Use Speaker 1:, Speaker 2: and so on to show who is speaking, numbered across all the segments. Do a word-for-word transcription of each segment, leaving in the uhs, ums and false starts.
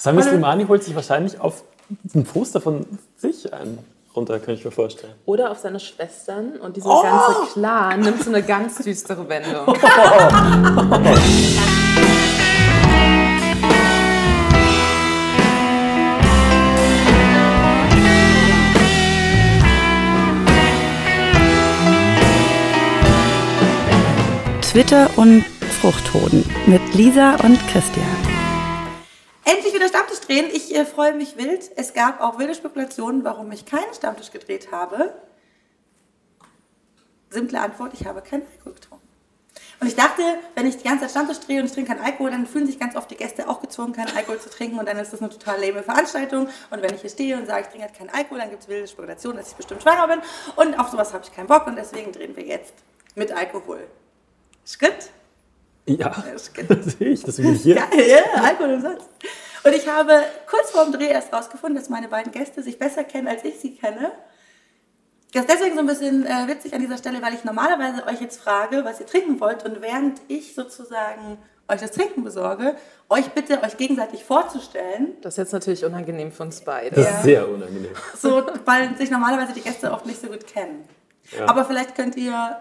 Speaker 1: Sami Slimani holt sich wahrscheinlich auf ein Poster von sich ein. Runter, kann ich mir vorstellen.
Speaker 2: Oder auf seine Schwestern und diese oh! ganze Clan nimmt so eine ganz düstere Wendung. Oh!
Speaker 3: Twitter und Fruchthoden mit Lisa und Christian.
Speaker 4: Endlich wieder Stammtisch drehen. Ich äh, freue mich wild. Es gab auch wilde Spekulationen, warum ich keinen Stammtisch gedreht habe. Simple Antwort, ich habe keinen Alkohol getrunken. Und ich dachte, wenn ich die ganze Zeit Stammtisch drehe und ich trinke keinen Alkohol, dann fühlen sich ganz oft die Gäste auch gezwungen, keinen Alkohol zu trinken und dann ist das eine total lame Veranstaltung. Und wenn ich hier stehe und sage, ich trinke halt keinen Alkohol, dann gibt es wilde Spekulationen, dass ich bestimmt schwanger bin. Und auf sowas habe ich keinen Bock und deswegen drehen wir jetzt mit Alkohol. Ist gut?
Speaker 1: Ja, das sehe ich, deswegen bin ich hier.
Speaker 4: Geil, ja, Alkohol umsonst. Und ich habe kurz vor dem Dreh erst rausgefunden, dass meine beiden Gäste sich besser kennen, als ich sie kenne. Das ist deswegen so ein bisschen äh, witzig an dieser Stelle, weil ich normalerweise euch jetzt frage, was ihr trinken wollt. Und während ich sozusagen euch das Trinken besorge, euch bitte, euch gegenseitig vorzustellen.
Speaker 2: Das ist jetzt natürlich unangenehm für uns beide.
Speaker 1: Das ist sehr unangenehm.
Speaker 4: So, weil sich normalerweise die Gäste oft nicht so gut kennen. Ja. Aber vielleicht könnt ihr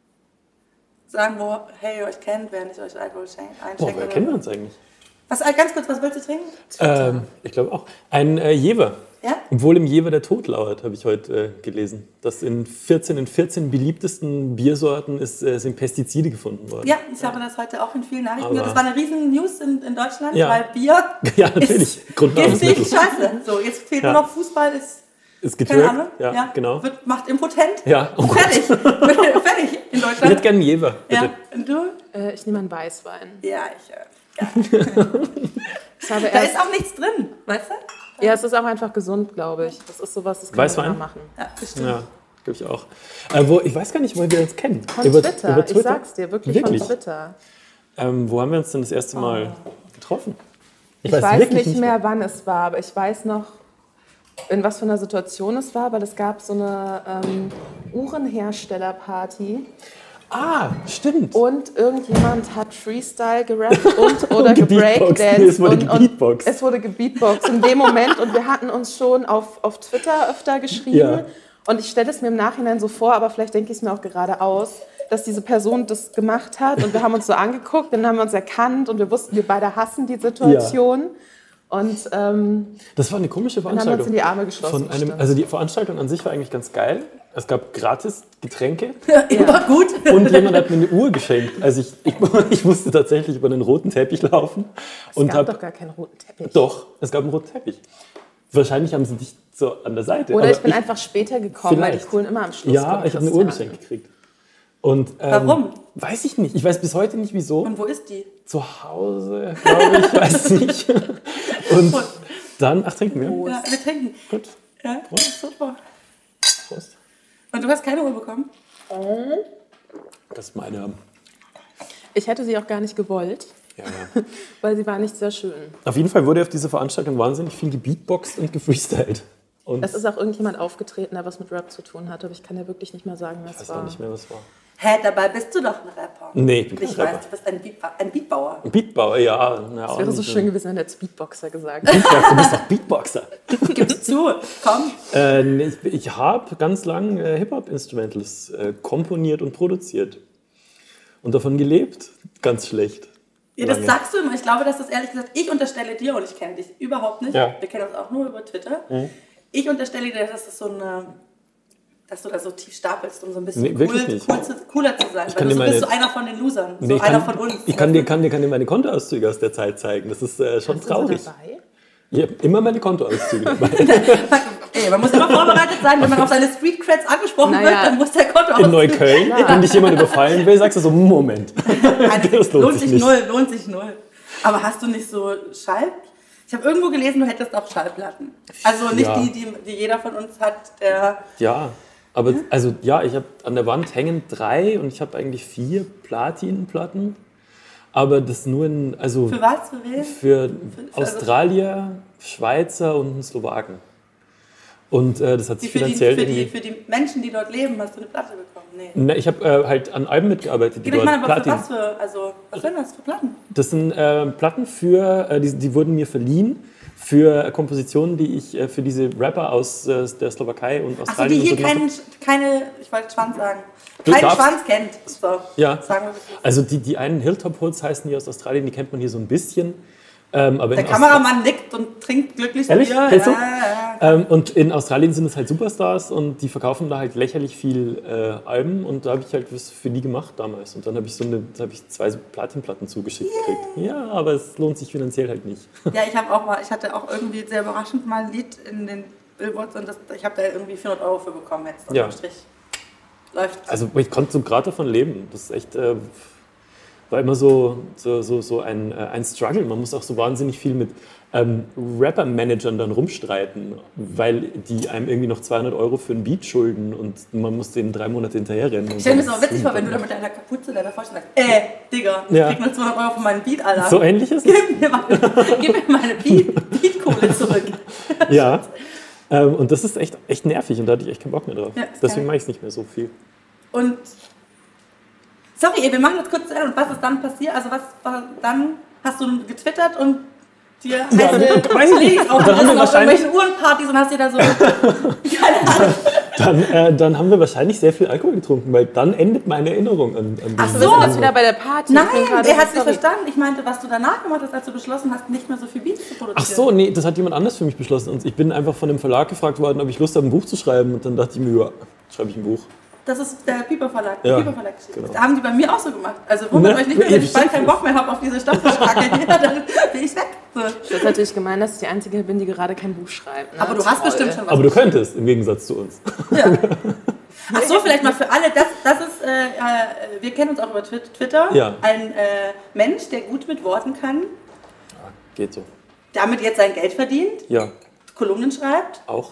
Speaker 4: sagen, wo, hey, ihr euch kennt, während ich euch Alkohol einschenke.
Speaker 1: Boah, woher kennen wir uns eigentlich?
Speaker 4: Was, ganz kurz, was willst du trinken?
Speaker 1: Ähm, ich glaube auch. Ein äh, Jever.
Speaker 4: Ja?
Speaker 1: Obwohl im Jever der Tod lauert, habe ich heute äh, gelesen. Dass in vierzehn, in vierzehn beliebtesten Biersorten ist, äh, sind Pestizide gefunden worden.
Speaker 4: Ja, ich habe das heute auch in vielen Nachrichten gehört. Das war eine riesen News in, in Deutschland,
Speaker 1: ja.
Speaker 4: weil Bier
Speaker 1: ja, natürlich.
Speaker 4: ist giftig, scheiße. So, jetzt fehlt ja. nur noch Fußball, ist...
Speaker 1: Ist getürkt,
Speaker 4: Keine Ahnung.
Speaker 1: Ja,
Speaker 4: ja,
Speaker 1: genau.
Speaker 4: Wird, macht impotent.
Speaker 1: Ja. Oh
Speaker 4: fertig. fertig in Deutschland.
Speaker 1: Ich hätte gerne einen Jever, bitte.
Speaker 4: Ja. Und du?
Speaker 2: Äh, ich nehme einen Weißwein.
Speaker 4: Ja, ich... Äh, geil.
Speaker 2: Ich habe
Speaker 4: da ist auch nichts drin, weißt du?
Speaker 2: Ja, es ist auch einfach gesund, glaube ich. Das ist sowas, das kann
Speaker 1: Weißwein?
Speaker 2: man machen.
Speaker 4: Ja, bestimmt.
Speaker 1: Ja, glaube ich auch. Äh, wo, ich weiß gar nicht, wo wir uns kennen.
Speaker 2: Von über, Twitter. über Twitter, ich sag's dir, wirklich, wirklich? von Twitter.
Speaker 1: Ähm, wo haben wir uns denn das erste Mal oh. getroffen?
Speaker 2: Ich, ich weiß, weiß nicht, nicht mehr, wann es war, aber ich weiß noch, in was für einer Situation es war, weil es gab so eine ähm, Uhrenherstellerparty.
Speaker 1: Ah, stimmt.
Speaker 2: Und irgendjemand hat Freestyle gerappt und oder gebreakdanced.
Speaker 1: Es wurde gebeatboxt.
Speaker 2: Es wurde gebeatboxt in dem Moment. Und wir hatten uns schon auf, auf Twitter öfter geschrieben.
Speaker 1: Ja.
Speaker 2: Und ich stelle es mir im Nachhinein so vor, aber vielleicht denke ich es mir auch gerade aus, dass diese Person das gemacht hat. Und wir haben uns so angeguckt, dann haben wir uns erkannt und wir wussten, wir beide hassen die Situation. Ja. Und ähm,
Speaker 1: das war eine komische Veranstaltung.
Speaker 2: Dann haben wir uns in die Arme geschlossen.
Speaker 1: Von einem, also die Veranstaltung an sich war eigentlich ganz geil. Es gab gratis Getränke.
Speaker 4: Ja, immer gut.
Speaker 1: Und jemand hat mir eine Uhr geschenkt. Also ich, ich, ich musste tatsächlich über einen roten Teppich laufen.
Speaker 2: Es
Speaker 1: und
Speaker 2: gab
Speaker 1: hab,
Speaker 2: doch gar keinen roten Teppich.
Speaker 1: Doch, es gab einen roten Teppich. Wahrscheinlich haben sie dich so an der Seite.
Speaker 2: Oder
Speaker 1: aber
Speaker 2: ich bin
Speaker 1: ich,
Speaker 2: einfach später gekommen,
Speaker 1: vielleicht.
Speaker 2: weil die Coolen immer am Schluss
Speaker 1: Ja,
Speaker 2: kommen,
Speaker 1: ich habe eine Uhr geschenkt gekriegt. Und, ähm,
Speaker 4: warum?
Speaker 1: Weiß ich nicht. Ich weiß bis heute nicht, wieso.
Speaker 4: Und wo ist die?
Speaker 1: Zu Hause, glaube ich. Weiß nicht. Und dann, ach, trinken wir?
Speaker 4: Ja, wir trinken.
Speaker 1: Gut.
Speaker 4: Ja, Prost. Super.
Speaker 1: Prost.
Speaker 4: Und du hast keine Uhr bekommen?
Speaker 1: Das ist meine.
Speaker 2: Ich hätte sie auch gar nicht gewollt.
Speaker 1: Ja, ja.
Speaker 2: Weil sie war nicht sehr schön.
Speaker 1: Auf jeden Fall wurde auf dieser Veranstaltung wahnsinnig viel gebeatboxt und gefreestylt. Und
Speaker 2: es ist auch irgendjemand aufgetreten, der was mit Rap zu tun hat, aber ich kann ja wirklich nicht mehr sagen, was
Speaker 1: ich weiß
Speaker 2: war.
Speaker 1: auch nicht mehr, was war.
Speaker 4: Hä, dabei bist du doch ein Rapper.
Speaker 1: Nee, ich bin kein
Speaker 4: Ich
Speaker 1: Rapper.
Speaker 4: weiß, du bist ein, Beatba- ein Beatbauer.
Speaker 1: Ein Beatbauer, ja. Na,
Speaker 2: Es wäre so schön gewesen, wenn der jetzt Beatboxer gesagt
Speaker 1: hätte. Du bist doch Beatboxer.
Speaker 4: Gib's zu, komm.
Speaker 1: Äh, nee, ich ich habe ganz lang äh, Hip-Hop-Instrumentals äh, komponiert und produziert. Und davon gelebt. Ganz schlecht.
Speaker 4: Ja, das
Speaker 1: Lange.
Speaker 4: sagst du immer. Ich glaube, dass das ehrlich gesagt, ich unterstelle dir, und ich kenne dich überhaupt nicht,
Speaker 1: Ja.
Speaker 4: wir kennen uns auch nur über Twitter,
Speaker 1: Mhm.
Speaker 4: ich unterstelle dir, dass das so eine, dass du da so tief stapelst, um so ein bisschen
Speaker 1: Nee,
Speaker 4: cool,
Speaker 1: wirklich nicht.
Speaker 4: cool zu, cooler zu sein.
Speaker 1: Ich
Speaker 4: Weil
Speaker 1: kann
Speaker 4: du
Speaker 1: dir
Speaker 4: so
Speaker 1: meine-
Speaker 4: bist so einer von den Losern,
Speaker 1: Nee,
Speaker 4: so
Speaker 1: ich
Speaker 4: einer
Speaker 1: kann,
Speaker 4: von uns.
Speaker 1: Ich kann dir, kann, dir, kann dir meine Kontoauszüge aus der Zeit zeigen. Das ist äh, schon
Speaker 2: Hast du
Speaker 1: traurig.
Speaker 2: sie dabei?
Speaker 1: Ich habe immer meine Kontoauszüge dabei.
Speaker 4: Ey, man muss immer vorbereitet sein, wenn man auf seine Street Creds angesprochen
Speaker 2: Naja.
Speaker 4: wird, dann muss der Konto
Speaker 1: In Neukölln, wenn dich jemand überfallen will, sagst du so, Moment. Das lohnt
Speaker 4: lohnt
Speaker 1: sich
Speaker 4: sich
Speaker 1: nicht.
Speaker 4: null, lohnt sich null. Aber hast du nicht so Schall? Ich habe irgendwo gelesen, du hättest auch Schallplatten. Also nicht
Speaker 1: Ja.
Speaker 4: die, die, die jeder von uns hat, der...
Speaker 1: Ja, aber also ja, ich habe an der Wand hängen drei und ich habe eigentlich vier Platinplatten. Aber das nur in, also
Speaker 4: Für was? Für wen?
Speaker 1: für
Speaker 4: für
Speaker 1: Australier, Schweizer und einen Slowaken. Und äh, das hat
Speaker 4: Die
Speaker 1: sich
Speaker 4: für, die,
Speaker 1: finanziell
Speaker 4: für, die,
Speaker 1: irgendwie...
Speaker 4: für die Menschen, die dort leben, hast du eine Platte bekommen? Nee.
Speaker 1: Ne, ich habe äh, halt an Alben mitgearbeitet, die
Speaker 4: Ich
Speaker 1: dort
Speaker 4: meine, aber für
Speaker 1: Platin...
Speaker 4: was für, also, was sind das für Platten?
Speaker 1: Das sind äh, Platten für, äh, die, die wurden mir verliehen Für Kompositionen, die ich äh, für diese Rapper aus äh, der Slowakei und
Speaker 4: Achso,
Speaker 1: Australien
Speaker 4: die hier
Speaker 1: und so
Speaker 4: keinen, keine, ich wollte Schwanz sagen,
Speaker 1: Du
Speaker 4: keinen
Speaker 1: darfst-
Speaker 4: Schwanz kennt. So,
Speaker 1: Ja,
Speaker 4: sagen wir das.
Speaker 1: also die, die einen Hilltop Hoods heißen die aus Australien, die kennt man hier so ein bisschen. Ähm, aber
Speaker 4: Der
Speaker 1: in
Speaker 4: Kameramann nickt und trinkt glücklich
Speaker 1: Ehrlich?
Speaker 4: Bier.
Speaker 1: Kennst du?
Speaker 4: Ja, ja, ja.
Speaker 1: Ähm, und in Australien sind es halt Superstars und die verkaufen da halt lächerlich viel äh, Alben und da habe ich halt was für die gemacht damals. Und dann habe ich so eine, da habe ich zwei so Platinplatten zugeschickt gekriegt. Ja, aber es lohnt sich finanziell halt nicht.
Speaker 4: Ja, ich habe auch mal, ich hatte auch irgendwie sehr überraschend mal ein Lied in den Billboards und das, ich habe da irgendwie vierhundert Euro für bekommen jetzt.
Speaker 1: Ja.
Speaker 4: Unterm Strich. Läuft.
Speaker 1: Also ich konnte so gerade davon leben. Das ist echt, äh, war immer so, so, so, so ein, äh, ein Struggle. Man muss auch so wahnsinnig viel mit ähm, Rapper-Managern dann rumstreiten, weil die einem irgendwie noch zweihundert Euro für ein Beat schulden und man muss denen drei Monate hinterherrennen.
Speaker 4: Ich stelle mir das auch witzig vor, wenn du da mit deiner Kapuze deiner Vorstellung sagst, äh, Digga, ich
Speaker 1: Ja.
Speaker 4: krieg nur zweihundert Euro für meinen Beat, Alter.
Speaker 1: So ähnlich ist es.
Speaker 4: Gib mir meine, gib mir meine Beat, Beat-Kohle zurück.
Speaker 1: Ja. Ähm, und das ist echt, echt nervig und da hatte ich echt keinen Bock mehr drauf.
Speaker 4: Ja, ist
Speaker 1: Deswegen
Speaker 4: geil.
Speaker 1: mache ich es nicht mehr so viel.
Speaker 4: Und, sorry, ey, wir machen das kurz zu Ende. Und was ist dann passiert? Also was war dann, hast du getwittert und dir
Speaker 1: Ja,
Speaker 4: heiße
Speaker 1: weiß ich nicht.
Speaker 4: Leaks
Speaker 1: Und dann haben wir
Speaker 4: aufgerissen auf
Speaker 1: wahrscheinlich-
Speaker 4: irgendwelchen Uhrenpartys und hast dir da so, keine Ahnung.
Speaker 1: Dann, äh, dann haben wir wahrscheinlich sehr viel Alkohol getrunken, weil dann endet meine Erinnerung an, an
Speaker 2: Ach
Speaker 1: diesen
Speaker 2: so, wir sind jetzt
Speaker 1: Abend.
Speaker 2: wieder bei der Party.
Speaker 4: Nein,
Speaker 2: Ich bin gerade
Speaker 4: er hat
Speaker 2: so
Speaker 4: nicht
Speaker 2: sorry.
Speaker 4: verstanden. Ich meinte, was du danach gemacht hast, als du beschlossen hast, nicht mehr so viel Beats zu produzieren.
Speaker 1: Ach so, nee, das hat jemand anders für mich beschlossen. Und ich bin einfach von dem Verlag gefragt worden, ob ich Lust habe, ein Buch zu schreiben. Und dann dachte ich mir, ja, schreibe ich ein Buch.
Speaker 4: Das ist der Piper Verlag.
Speaker 1: Ja,
Speaker 4: Die Piper Verlag
Speaker 1: genau.
Speaker 4: Das haben die bei mir auch so gemacht. Also wundert
Speaker 1: Ne?
Speaker 4: euch nicht mehr, wenn ich bald
Speaker 1: Stimmt.
Speaker 4: keinen Bock mehr habe auf diese Stammtischkacke hier, dann bin ich weg. So.
Speaker 2: Das ist natürlich gemein, dass ich die Einzige bin, die gerade kein Buch schreibt. Ne?
Speaker 4: Aber du hast
Speaker 2: Toll.
Speaker 4: bestimmt schon was.
Speaker 1: Aber du könntest, im Gegensatz zu uns.
Speaker 4: Ja. Ach so, vielleicht mal für alle, das, das ist, äh, äh, wir kennen uns auch über Twi- Twitter.
Speaker 1: Ja.
Speaker 4: Ein äh, Mensch, der gut mit Worten kann,
Speaker 1: Geht so.
Speaker 4: damit jetzt sein Geld verdient,
Speaker 1: Ja,
Speaker 4: Kolumnen schreibt,
Speaker 1: auch.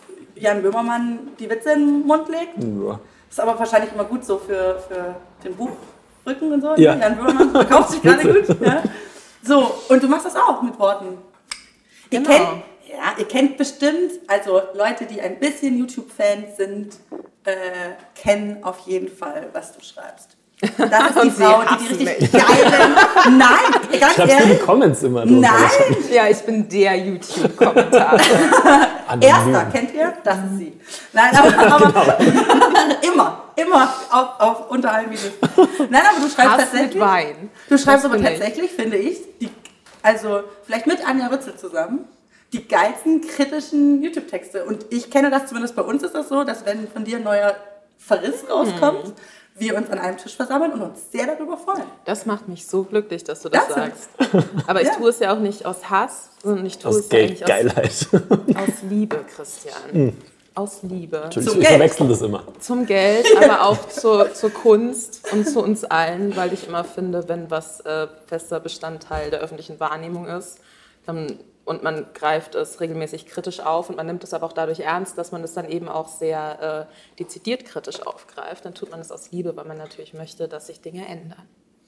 Speaker 4: Jan Böhmermann die Witze in den Mund legt.
Speaker 1: Ja.
Speaker 4: Ist aber wahrscheinlich immer gut so für, für den Buchrücken und so.
Speaker 1: Ja.
Speaker 4: Jan Böhmermann verkauft sich gerade
Speaker 1: Witze.
Speaker 4: gut. Ja. So, und du machst das auch mit Worten. Ihr,
Speaker 2: Genau.
Speaker 4: kennt, ja, ihr kennt bestimmt, also Leute, die ein bisschen YouTube-Fans sind, äh, kennen auf jeden Fall, was du schreibst. Das ist die
Speaker 2: Und sie
Speaker 4: Frau, die
Speaker 2: hassen
Speaker 4: die richtig
Speaker 2: mich.
Speaker 4: geilen... Nein, ganz
Speaker 1: Schreibst du die
Speaker 4: ehrlich.
Speaker 1: Comments immer drunter?
Speaker 4: Nein,
Speaker 2: Ja, ich bin der YouTube-Kommentar.
Speaker 1: Anonym.
Speaker 4: Erster, kennt ihr? Das ist sie. Nein, aber, aber immer, immer auf, auf unter allen Videos. Nein, aber du schreibst
Speaker 2: Hass mit
Speaker 4: tatsächlich.
Speaker 2: Wein.
Speaker 4: Du schreibst
Speaker 2: Das
Speaker 4: aber
Speaker 2: bin ich.
Speaker 4: tatsächlich, finde ich, die, also vielleicht mit Anja Rützel zusammen, die geilsten kritischen YouTube-Texte. Und ich kenne das, zumindest bei uns ist das so, dass wenn von dir ein neuer Verriss rauskommt,
Speaker 2: Hm.
Speaker 4: wir uns an einem Tisch versammeln und uns sehr darüber freuen.
Speaker 2: Das macht mich so glücklich, dass du das
Speaker 4: Das
Speaker 2: sagst. Aber ich
Speaker 4: Ja.
Speaker 2: tue es ja auch nicht aus Hass, sondern ich tue
Speaker 1: Aus
Speaker 2: es ja eigentlich aus,
Speaker 1: Geldgeilheit.
Speaker 2: aus Liebe, Christian. Aus Liebe.
Speaker 1: Entschuldigung,
Speaker 4: Zum
Speaker 1: ich
Speaker 4: Geld.
Speaker 1: verwechsel das immer.
Speaker 2: Zum Geld, aber auch zur, zur Kunst und zu uns allen, weil ich immer finde, wenn was äh, fester Bestandteil der öffentlichen Wahrnehmung ist, dann, und man greift es regelmäßig kritisch auf und man nimmt es aber auch dadurch ernst, dass man es dann eben auch sehr äh, dezidiert kritisch aufgreift, dann tut man es aus Liebe, weil man natürlich möchte, dass sich Dinge ändern.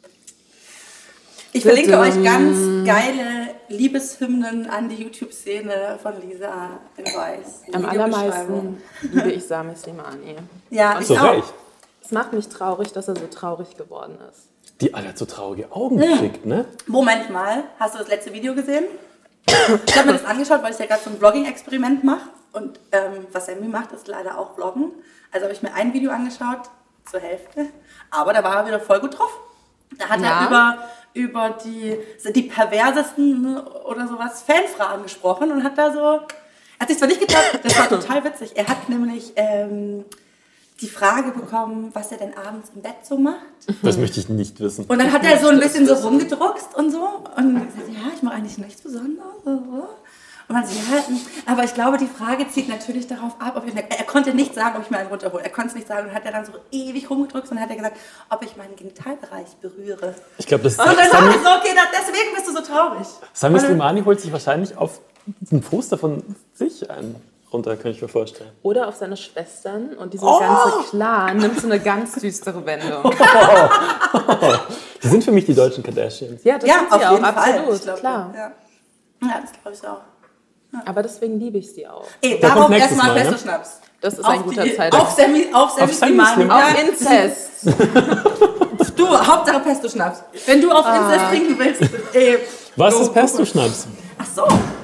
Speaker 4: Ich verlinke
Speaker 2: Bitte.
Speaker 4: euch ganz geile Liebeshymnen an die YouTube-Szene von Lisa in Weiß. Die
Speaker 2: Am
Speaker 4: Videobeschreibung.
Speaker 2: allermeisten liebe ich Sami Slimani.
Speaker 4: Ja,
Speaker 2: Und
Speaker 4: ich
Speaker 1: Zu
Speaker 4: auch.
Speaker 1: Recht.
Speaker 2: Es macht mich traurig, dass er so traurig geworden ist.
Speaker 1: Die alle hat so traurige Augen gekriegt, ne?
Speaker 4: Moment mal, hast du das letzte Video gesehen? Ich habe mir das angeschaut, weil ich ja gerade so ein Vlogging-Experiment mache. Und ähm, was Sammy macht, ist leider auch Vloggen. Also habe ich mir ein Video angeschaut, zur Hälfte. Aber da war er wieder voll gut drauf. Da hat
Speaker 2: Ja.
Speaker 4: er über, über die, die perversesten oder sowas Fanfragen gesprochen und hat da so... Er hat sich zwar nicht getraut, das war total witzig. Er hat nämlich ähm, die Frage bekommen, was er denn abends im Bett so macht.
Speaker 1: Das möchte ich nicht wissen.
Speaker 4: Und dann hat er so ein bisschen so rumgedruckst und so. Und gesagt, ja, ich mache eigentlich nichts Besonderes. Und man so, ja, aber ich glaube, die Frage zielt natürlich darauf ab, ob ich, er konnte nicht sagen, ob ich mir einen runterhole. Er konnte es nicht sagen und hat er dann so ewig rumgedrückt und hat er gesagt, ob ich meinen Genitalbereich berühre.
Speaker 1: Ich glaube, das
Speaker 4: Und dann
Speaker 1: Sami,
Speaker 4: war ich so, okay, da, deswegen bist du so traurig.
Speaker 1: Sami
Speaker 4: Und dann-
Speaker 1: Slimani holt sich wahrscheinlich auf ein Poster von sich ein runter, kann ich mir vorstellen.
Speaker 2: Oder auf seine Schwestern und dieser
Speaker 1: Oh!
Speaker 2: ganze Clan nimmt so eine ganz düstere Wendung.
Speaker 1: Die sind für mich die deutschen Kardashians.
Speaker 2: Ja, das
Speaker 4: Ja,
Speaker 2: sind
Speaker 4: auf
Speaker 2: sie auch,
Speaker 4: jeden Fall.
Speaker 2: absolut,
Speaker 4: Ich glaub,
Speaker 2: klar.
Speaker 4: Ja, ja das glaube ich auch.
Speaker 2: Aber deswegen liebe ich sie auch.
Speaker 4: Ey,
Speaker 1: Der
Speaker 4: darauf
Speaker 1: kommt nächstes
Speaker 4: erstmal
Speaker 1: Mal, ne?
Speaker 4: Beste Schnaps.
Speaker 2: Das ist
Speaker 4: Auf
Speaker 2: ein guter
Speaker 4: die-
Speaker 2: Zeitpunkt.
Speaker 4: Auf Sammy, auf Sammy
Speaker 1: Auf Sammy
Speaker 4: Slimani.
Speaker 1: Slimani.
Speaker 2: Auf
Speaker 4: Ja.
Speaker 2: Inzest.
Speaker 4: Du, Hauptsache Pesto-Schnaps. Wenn du auf Inzest trinken willst, ey.
Speaker 1: Was
Speaker 4: go,
Speaker 1: ist
Speaker 4: go, go.
Speaker 1: Pesto-Schnaps?
Speaker 4: Ach so,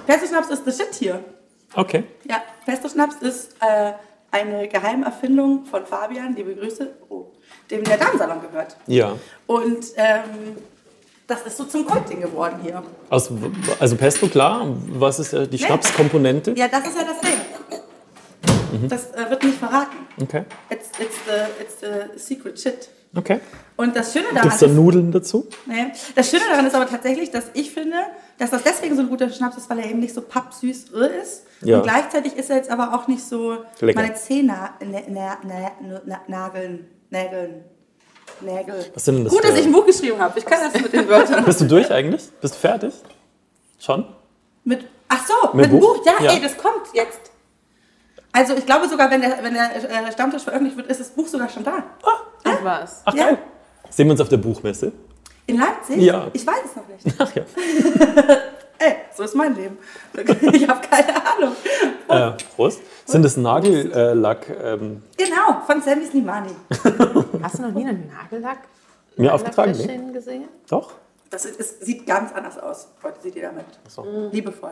Speaker 4: Pesto-Schnaps ist the shit hier.
Speaker 1: Okay.
Speaker 4: Ja, Pesto-Schnaps ist äh, eine Geheimerfindung von Fabian, liebe Grüße, oh, dem der Damensalon gehört.
Speaker 1: Ja.
Speaker 4: Und ähm, das ist so zum Kultding geworden hier.
Speaker 1: Aus, also Pesto, klar. Was ist äh, die Schnapskomponente?
Speaker 4: Ja, das ist ja das Ding. Mhm. Das äh, wird nicht verraten.
Speaker 1: Okay.
Speaker 4: It's, it's, the, it's the secret shit.
Speaker 1: Okay.
Speaker 4: Und das Schöne daran
Speaker 1: Gibt es da Nudeln dazu?
Speaker 4: Nee. Das Schöne daran ist aber tatsächlich, dass ich finde, dass das deswegen so ein guter Schnaps ist, weil er eben nicht so pappsüß ist.
Speaker 1: Ja.
Speaker 4: Und gleichzeitig ist er jetzt aber auch nicht so
Speaker 1: lecker.
Speaker 4: meine Zähne na, na, na, na, nageln, nägeln, Nägel.
Speaker 1: Was sind denn das
Speaker 4: Gut,
Speaker 1: für-
Speaker 4: dass ich ein Buch geschrieben habe. Ich kann das mit den Wörtern.
Speaker 1: Bist du durch eigentlich? Bist du fertig? Schon?
Speaker 4: Mit, ach so,
Speaker 1: Mit
Speaker 4: mit, dem
Speaker 1: Buch?
Speaker 4: Buch? Ja,
Speaker 1: Ja.
Speaker 4: ey, das kommt jetzt. Also ich glaube sogar, wenn der, wenn der äh, Stammtisch veröffentlicht wird, ist das Buch sogar schon da.
Speaker 2: Und was?
Speaker 1: Ach
Speaker 4: Ja.
Speaker 1: geil. Sehen wir uns auf der Buchmesse?
Speaker 4: In Leipzig?
Speaker 1: Ja.
Speaker 4: Ich weiß es noch nicht.
Speaker 1: Ach ja.
Speaker 4: Ey, so ist mein Leben. Ich habe keine Ahnung.
Speaker 1: Äh, Prost. Sind das Nagellack? Ähm,
Speaker 4: Genau, von Sammy Slimani.
Speaker 2: Hast du noch nie einen Nagellack?
Speaker 1: Mir aufgetragen? Nee.
Speaker 2: Fläschchen gesehen?
Speaker 1: Doch?
Speaker 4: Das ist, es sieht ganz anders aus. Heute sieht ihr damit.
Speaker 1: So.
Speaker 4: Liebevoll.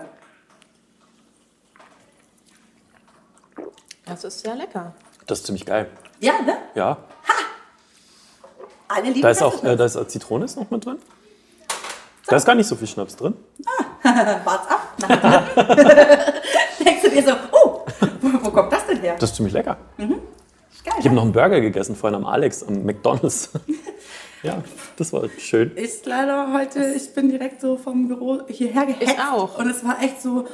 Speaker 2: Das ist sehr lecker.
Speaker 1: Das ist ziemlich geil.
Speaker 4: Ja, ne?
Speaker 1: Ja.
Speaker 4: Alle lieben
Speaker 1: Da ist auch
Speaker 4: das.
Speaker 1: äh, da ist auch Zitrone ist noch mit drin. Da ist gar nicht so viel Schnaps drin.
Speaker 4: Wart's ab. Na, denkst du dir so, oh, wo, wo kommt das denn her?
Speaker 1: Das ist ziemlich lecker.
Speaker 4: Geil,
Speaker 1: Ich habe noch einen Burger gegessen vorhin am Alex, am McDonald's. Ja, das war schön.
Speaker 4: Ist leider heute, ich bin direkt so vom Büro hierher gehetzt.
Speaker 2: Ich auch.
Speaker 4: Und es war echt so,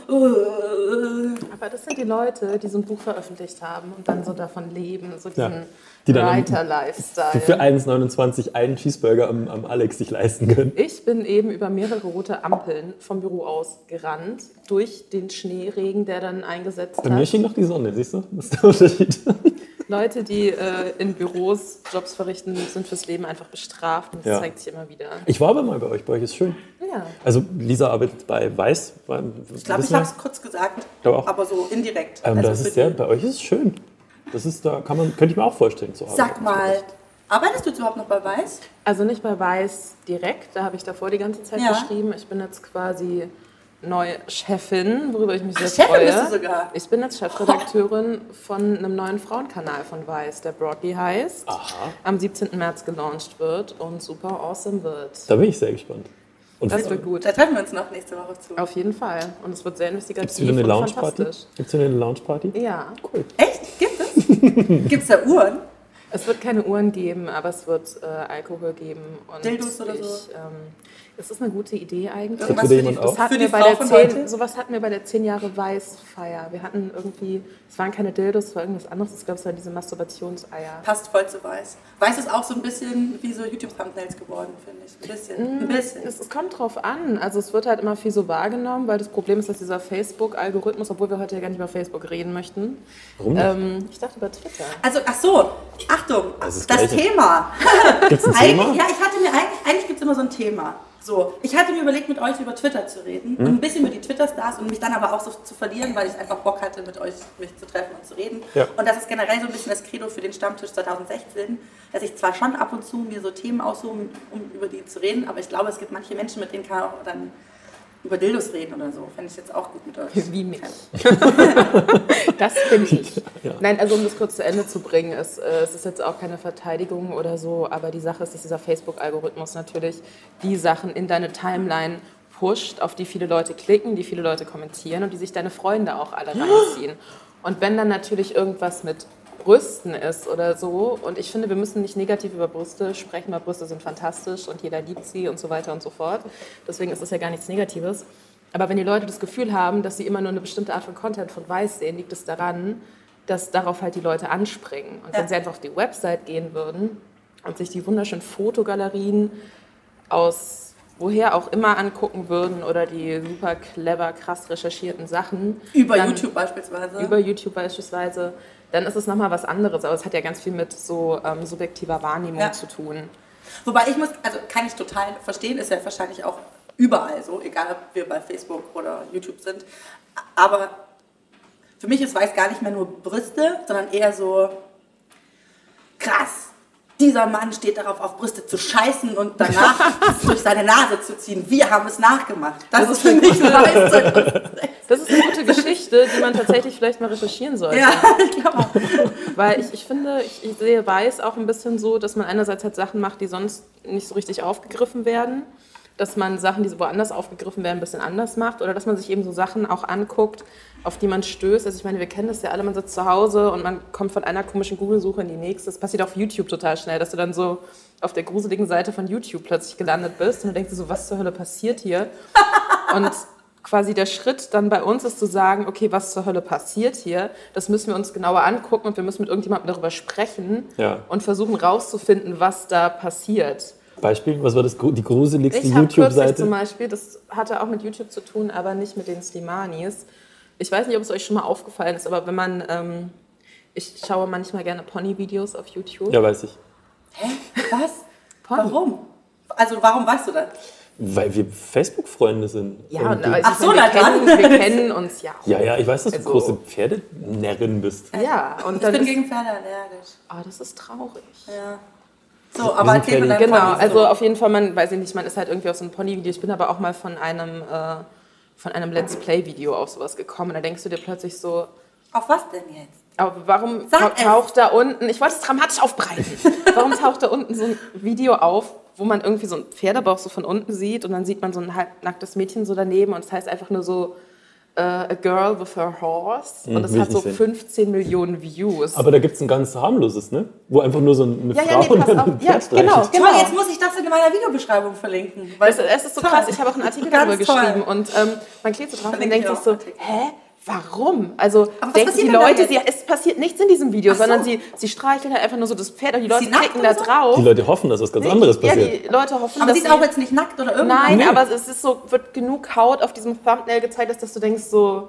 Speaker 4: uh,
Speaker 2: Aber das sind die Leute, die so ein Buch veröffentlicht haben und dann so davon leben, so diesen
Speaker 1: Ja, die dann
Speaker 2: Writer-Lifestyle.
Speaker 1: Für eins neunundzwanzig einen Cheeseburger am, am Alex sich leisten können.
Speaker 2: Ich bin eben über mehrere rote Ampeln vom Büro aus gerannt, durch den Schneeregen, der dann eingesetzt
Speaker 1: Bei mir
Speaker 2: hat.
Speaker 1: schien noch die Sonne, siehst du? Das ist der Unterschied.
Speaker 2: Leute, die äh, in Büros Jobs verrichten, sind fürs Leben einfach bestraft und das
Speaker 1: Ja.
Speaker 2: zeigt sich immer wieder.
Speaker 1: Ich war aber mal bei euch, bei euch ist schön.
Speaker 2: Ja.
Speaker 1: Also Lisa arbeitet bei Weiß. Bei,
Speaker 4: ich glaube, ich habe es kurz gesagt,
Speaker 1: glaube auch.
Speaker 4: aber so indirekt.
Speaker 1: Ähm,
Speaker 4: Also
Speaker 1: das
Speaker 4: für
Speaker 1: ist sehr,
Speaker 4: die-
Speaker 1: bei euch ist es schön. Das ist, da kann man, könnte ich mir auch vorstellen zu arbeiten.
Speaker 4: Sag mal, arbeitest du überhaupt noch bei Weiß?
Speaker 2: Also nicht bei Weiß direkt, da habe ich davor die ganze Zeit
Speaker 4: Ja.
Speaker 2: geschrieben. Ich bin jetzt quasi neue Chefin, worüber ich mich sehr
Speaker 4: Chefin
Speaker 2: freue.
Speaker 4: bist du sogar?
Speaker 2: Ich bin jetzt Chefredakteurin von einem neuen Frauenkanal von Weiß, der Broadly heißt,
Speaker 1: Aha.
Speaker 2: am siebzehnten März gelauncht wird und super awesome wird.
Speaker 1: Da bin ich sehr gespannt. Und
Speaker 2: Das wird gut.
Speaker 4: Da treffen wir uns noch nächste Woche zu.
Speaker 2: Auf jeden Fall. Und es wird sehr
Speaker 1: Gibt es
Speaker 2: investigativ
Speaker 1: wieder eine
Speaker 2: und
Speaker 1: Lounge-Party?
Speaker 2: fantastisch.
Speaker 1: Gibt es wieder eine Lounge-Party?
Speaker 2: Ja,
Speaker 1: Cool.
Speaker 4: Echt? Gibt es? Gibt es da Uhren?
Speaker 2: es wird keine Uhren geben, aber es wird äh, Alkohol geben. Und
Speaker 4: Dildos oder
Speaker 2: ich,
Speaker 4: so?
Speaker 2: Ähm, das ist eine gute Idee eigentlich.
Speaker 1: Tritt
Speaker 4: Was
Speaker 1: wieder
Speaker 4: für
Speaker 1: jemand
Speaker 4: die-
Speaker 1: auf?
Speaker 2: Das hatten
Speaker 4: Für
Speaker 2: wir
Speaker 4: die
Speaker 2: bei
Speaker 4: Frau
Speaker 2: der
Speaker 4: von
Speaker 2: zehn,
Speaker 4: heute?
Speaker 2: sowas hatten wir bei der zehn Jahre Weiß-Feier. Wir hatten irgendwie, es waren keine Dildos, es war irgendwas anderes. Ich glaube, es waren diese Masturbationseier.
Speaker 4: Passt voll zu Weiß. Weiß ist auch so ein bisschen wie so YouTube-Thumbnails geworden, finde ich. Ein bisschen. Ein bisschen.
Speaker 2: Es, es kommt drauf an. Also es wird halt immer viel so wahrgenommen, weil das Problem ist, dass dieser Facebook-Algorithmus, obwohl wir heute ja gar nicht über Facebook reden möchten.
Speaker 1: Warum nicht?
Speaker 2: Ähm, ich dachte über Twitter.
Speaker 4: Also, ach so, Achtung,
Speaker 1: Das ist
Speaker 4: das
Speaker 1: Gleiche.
Speaker 4: Thema.
Speaker 1: Gibt es ein
Speaker 4: Eigentlich,
Speaker 1: Thema?
Speaker 4: ja, ich hatte mir eigentlich, eigentlich gibt es immer so ein Thema. So, ich hatte mir überlegt, mit euch über Twitter zu reden
Speaker 1: Hm?
Speaker 4: und ein bisschen über die Twitter-Stars und mich dann aber auch so zu verlieren, weil ich einfach Bock hatte, mit euch mich zu treffen und zu reden.
Speaker 1: Ja.
Speaker 4: Und das ist generell so ein bisschen das Credo für den Stammtisch zwanzig sechzehn, dass ich zwar schon ab und zu mir so Themen aussuche, um über die zu reden, aber ich glaube, es gibt manche Menschen, mit denen kann man auch dann über Dildos reden oder so. Fände ich jetzt auch gut mit euch.
Speaker 2: Wie mich. Das bin ich.
Speaker 1: Ja.
Speaker 2: Nein, also um das kurz zu Ende zu bringen, es, äh, es ist jetzt auch keine Verteidigung oder so, aber die Sache ist, dass dieser Facebook-Algorithmus natürlich die Sachen in deine Timeline pusht, auf die viele Leute klicken, die viele Leute kommentieren und die sich deine Freunde auch alle reinziehen. Und wenn dann natürlich irgendwas mit Brüsten ist oder so, und ich finde, wir müssen nicht negativ über Brüste sprechen, weil Brüste sind fantastisch und jeder liebt sie und so weiter und so fort. Deswegen ist das ja gar nichts Negatives. Aber wenn die Leute das Gefühl haben, dass sie immer nur eine bestimmte Art von Content von Weiß sehen, liegt es daran, dass darauf halt die Leute anspringen. Und
Speaker 4: Ja.
Speaker 2: wenn sie einfach auf die Website gehen würden und sich die wunderschönen Fotogalerien aus woher auch immer angucken würden oder die super clever, krass recherchierten Sachen.
Speaker 4: Über
Speaker 2: dann,
Speaker 4: YouTube beispielsweise.
Speaker 2: Über YouTube beispielsweise, dann ist es nochmal was anderes. Aber es hat ja ganz viel mit so ähm, subjektiver Wahrnehmung
Speaker 4: Ja.
Speaker 2: zu tun.
Speaker 4: Wobei ich muss, also kann ich total verstehen, ist ja wahrscheinlich auch überall so, egal ob wir bei Facebook oder YouTube sind. Aber für mich ist Weiß gar nicht mehr nur Brüste, sondern eher so krass. dieser Mann steht darauf, auf Brüste zu scheißen und danach es durch seine Nase zu ziehen. Wir haben es nachgemacht. Das, das ist für mich Leistung.
Speaker 2: Das ist eine gute Geschichte, die man tatsächlich vielleicht mal recherchieren sollte.
Speaker 4: Ja, ich glaube.
Speaker 2: Weil ich, ich finde, ich, ich sehe Weiß auch ein bisschen so, dass man einerseits halt Sachen macht, die sonst nicht so richtig aufgegriffen werden, dass man Sachen, die woanders aufgegriffen werden, ein bisschen anders macht oder dass man sich eben so Sachen auch anguckt, auf die man stößt. Also ich meine, wir kennen das ja alle, man sitzt zu Hause und man kommt von einer komischen Google-Suche in die nächste. Das passiert auf YouTube total schnell, dass du dann so auf der gruseligen Seite von YouTube plötzlich gelandet bist und du denkst so, was zur Hölle passiert hier? Und quasi der Schritt dann bei uns ist zu sagen, okay, was zur Hölle passiert hier? Das müssen wir uns genauer angucken und wir müssen mit irgendjemandem darüber sprechen ja. und versuchen rauszufinden, was da passiert.
Speaker 1: Beispiel, was war das, die gruseligste
Speaker 2: ich
Speaker 1: YouTube-Seite?
Speaker 2: Zum Beispiel, das hatte auch mit YouTube zu tun, aber nicht mit den Slimanis. Ich weiß nicht, ob es euch schon mal aufgefallen ist, aber wenn man, ähm, ich schaue manchmal gerne Pony-Videos auf YouTube.
Speaker 1: Ja, weiß ich.
Speaker 4: Hä? Was? Pony. Warum? Also warum weißt du das?
Speaker 1: Weil wir Facebook-Freunde sind.
Speaker 2: Ja, und
Speaker 1: und
Speaker 2: also
Speaker 4: ach so,
Speaker 2: wir, kennen, wir kennen uns ja.
Speaker 1: Ja, ja, ich weiß, dass du
Speaker 2: also,
Speaker 1: große Pferdenärrin bist.
Speaker 2: Ja, und
Speaker 4: ich
Speaker 2: dann
Speaker 4: bin
Speaker 2: ist,
Speaker 4: gegen Pferde allergisch.
Speaker 2: Oh, das ist traurig.
Speaker 4: Ja. So, aber erzähl mir
Speaker 2: Genau,
Speaker 4: Pony
Speaker 2: also
Speaker 4: so.
Speaker 2: auf jeden Fall, man weiß ich nicht, man ist halt irgendwie auf so einem Pony-Video. Ich bin aber auch mal von einem, äh, von einem Let's Play-Video auf sowas gekommen. Und da denkst du dir plötzlich so,
Speaker 4: auf was denn jetzt?
Speaker 2: Aber warum
Speaker 4: Sag
Speaker 2: taucht
Speaker 4: es.
Speaker 2: da unten, ich wollte es dramatisch aufbreiten, warum taucht da unten so ein Video auf, wo man irgendwie so einen Pferdebauch so von unten sieht und dann sieht man so ein halbnacktes Mädchen so daneben und es heißt einfach nur so uh, A Girl with Her Horse und es
Speaker 1: hm,
Speaker 2: hat so
Speaker 1: sehen.
Speaker 2: fünfzehn Millionen Views.
Speaker 1: Aber da gibt es ein ganz harmloses, ne? Wo einfach nur so eine
Speaker 2: ja,
Speaker 1: Frau
Speaker 2: ja, nee,
Speaker 1: und
Speaker 2: pass auf.
Speaker 1: ein
Speaker 2: Ja,
Speaker 1: Pferd
Speaker 2: genau,
Speaker 1: streichelt.
Speaker 2: genau.
Speaker 4: Toll, jetzt muss ich das in meiner Videobeschreibung verlinken. Weil
Speaker 2: Es, es ist so
Speaker 4: toll.
Speaker 2: krass, ich habe auch einen Artikel
Speaker 4: Ganz
Speaker 2: darüber
Speaker 4: toll.
Speaker 2: geschrieben und ähm, man klickt so drauf
Speaker 4: Verlinke
Speaker 2: und denkt
Speaker 4: ich
Speaker 2: sich so,
Speaker 4: auch Artikel.
Speaker 2: hä? Warum? Also
Speaker 4: Aber was
Speaker 2: denken
Speaker 4: passiert
Speaker 2: die
Speaker 4: denn da
Speaker 2: Leute,
Speaker 4: jetzt?
Speaker 2: sie, es passiert nichts in diesem Video,
Speaker 4: Ach so.
Speaker 2: sondern sie, sie streicheln halt einfach nur so das Pferd und die Leute
Speaker 4: sie nackt
Speaker 2: klicken da
Speaker 4: oder so?
Speaker 2: drauf.
Speaker 1: Die Leute hoffen, dass was ganz anderes
Speaker 2: Ja,
Speaker 1: passiert.
Speaker 2: die Leute hoffen,
Speaker 4: Aber
Speaker 2: dass
Speaker 4: sie ist auch jetzt nicht nackt oder irgendwas.
Speaker 2: Nein,
Speaker 1: Nee.
Speaker 2: aber es ist so, wird genug Haut auf diesem Thumbnail gezeigt, dass du denkst so,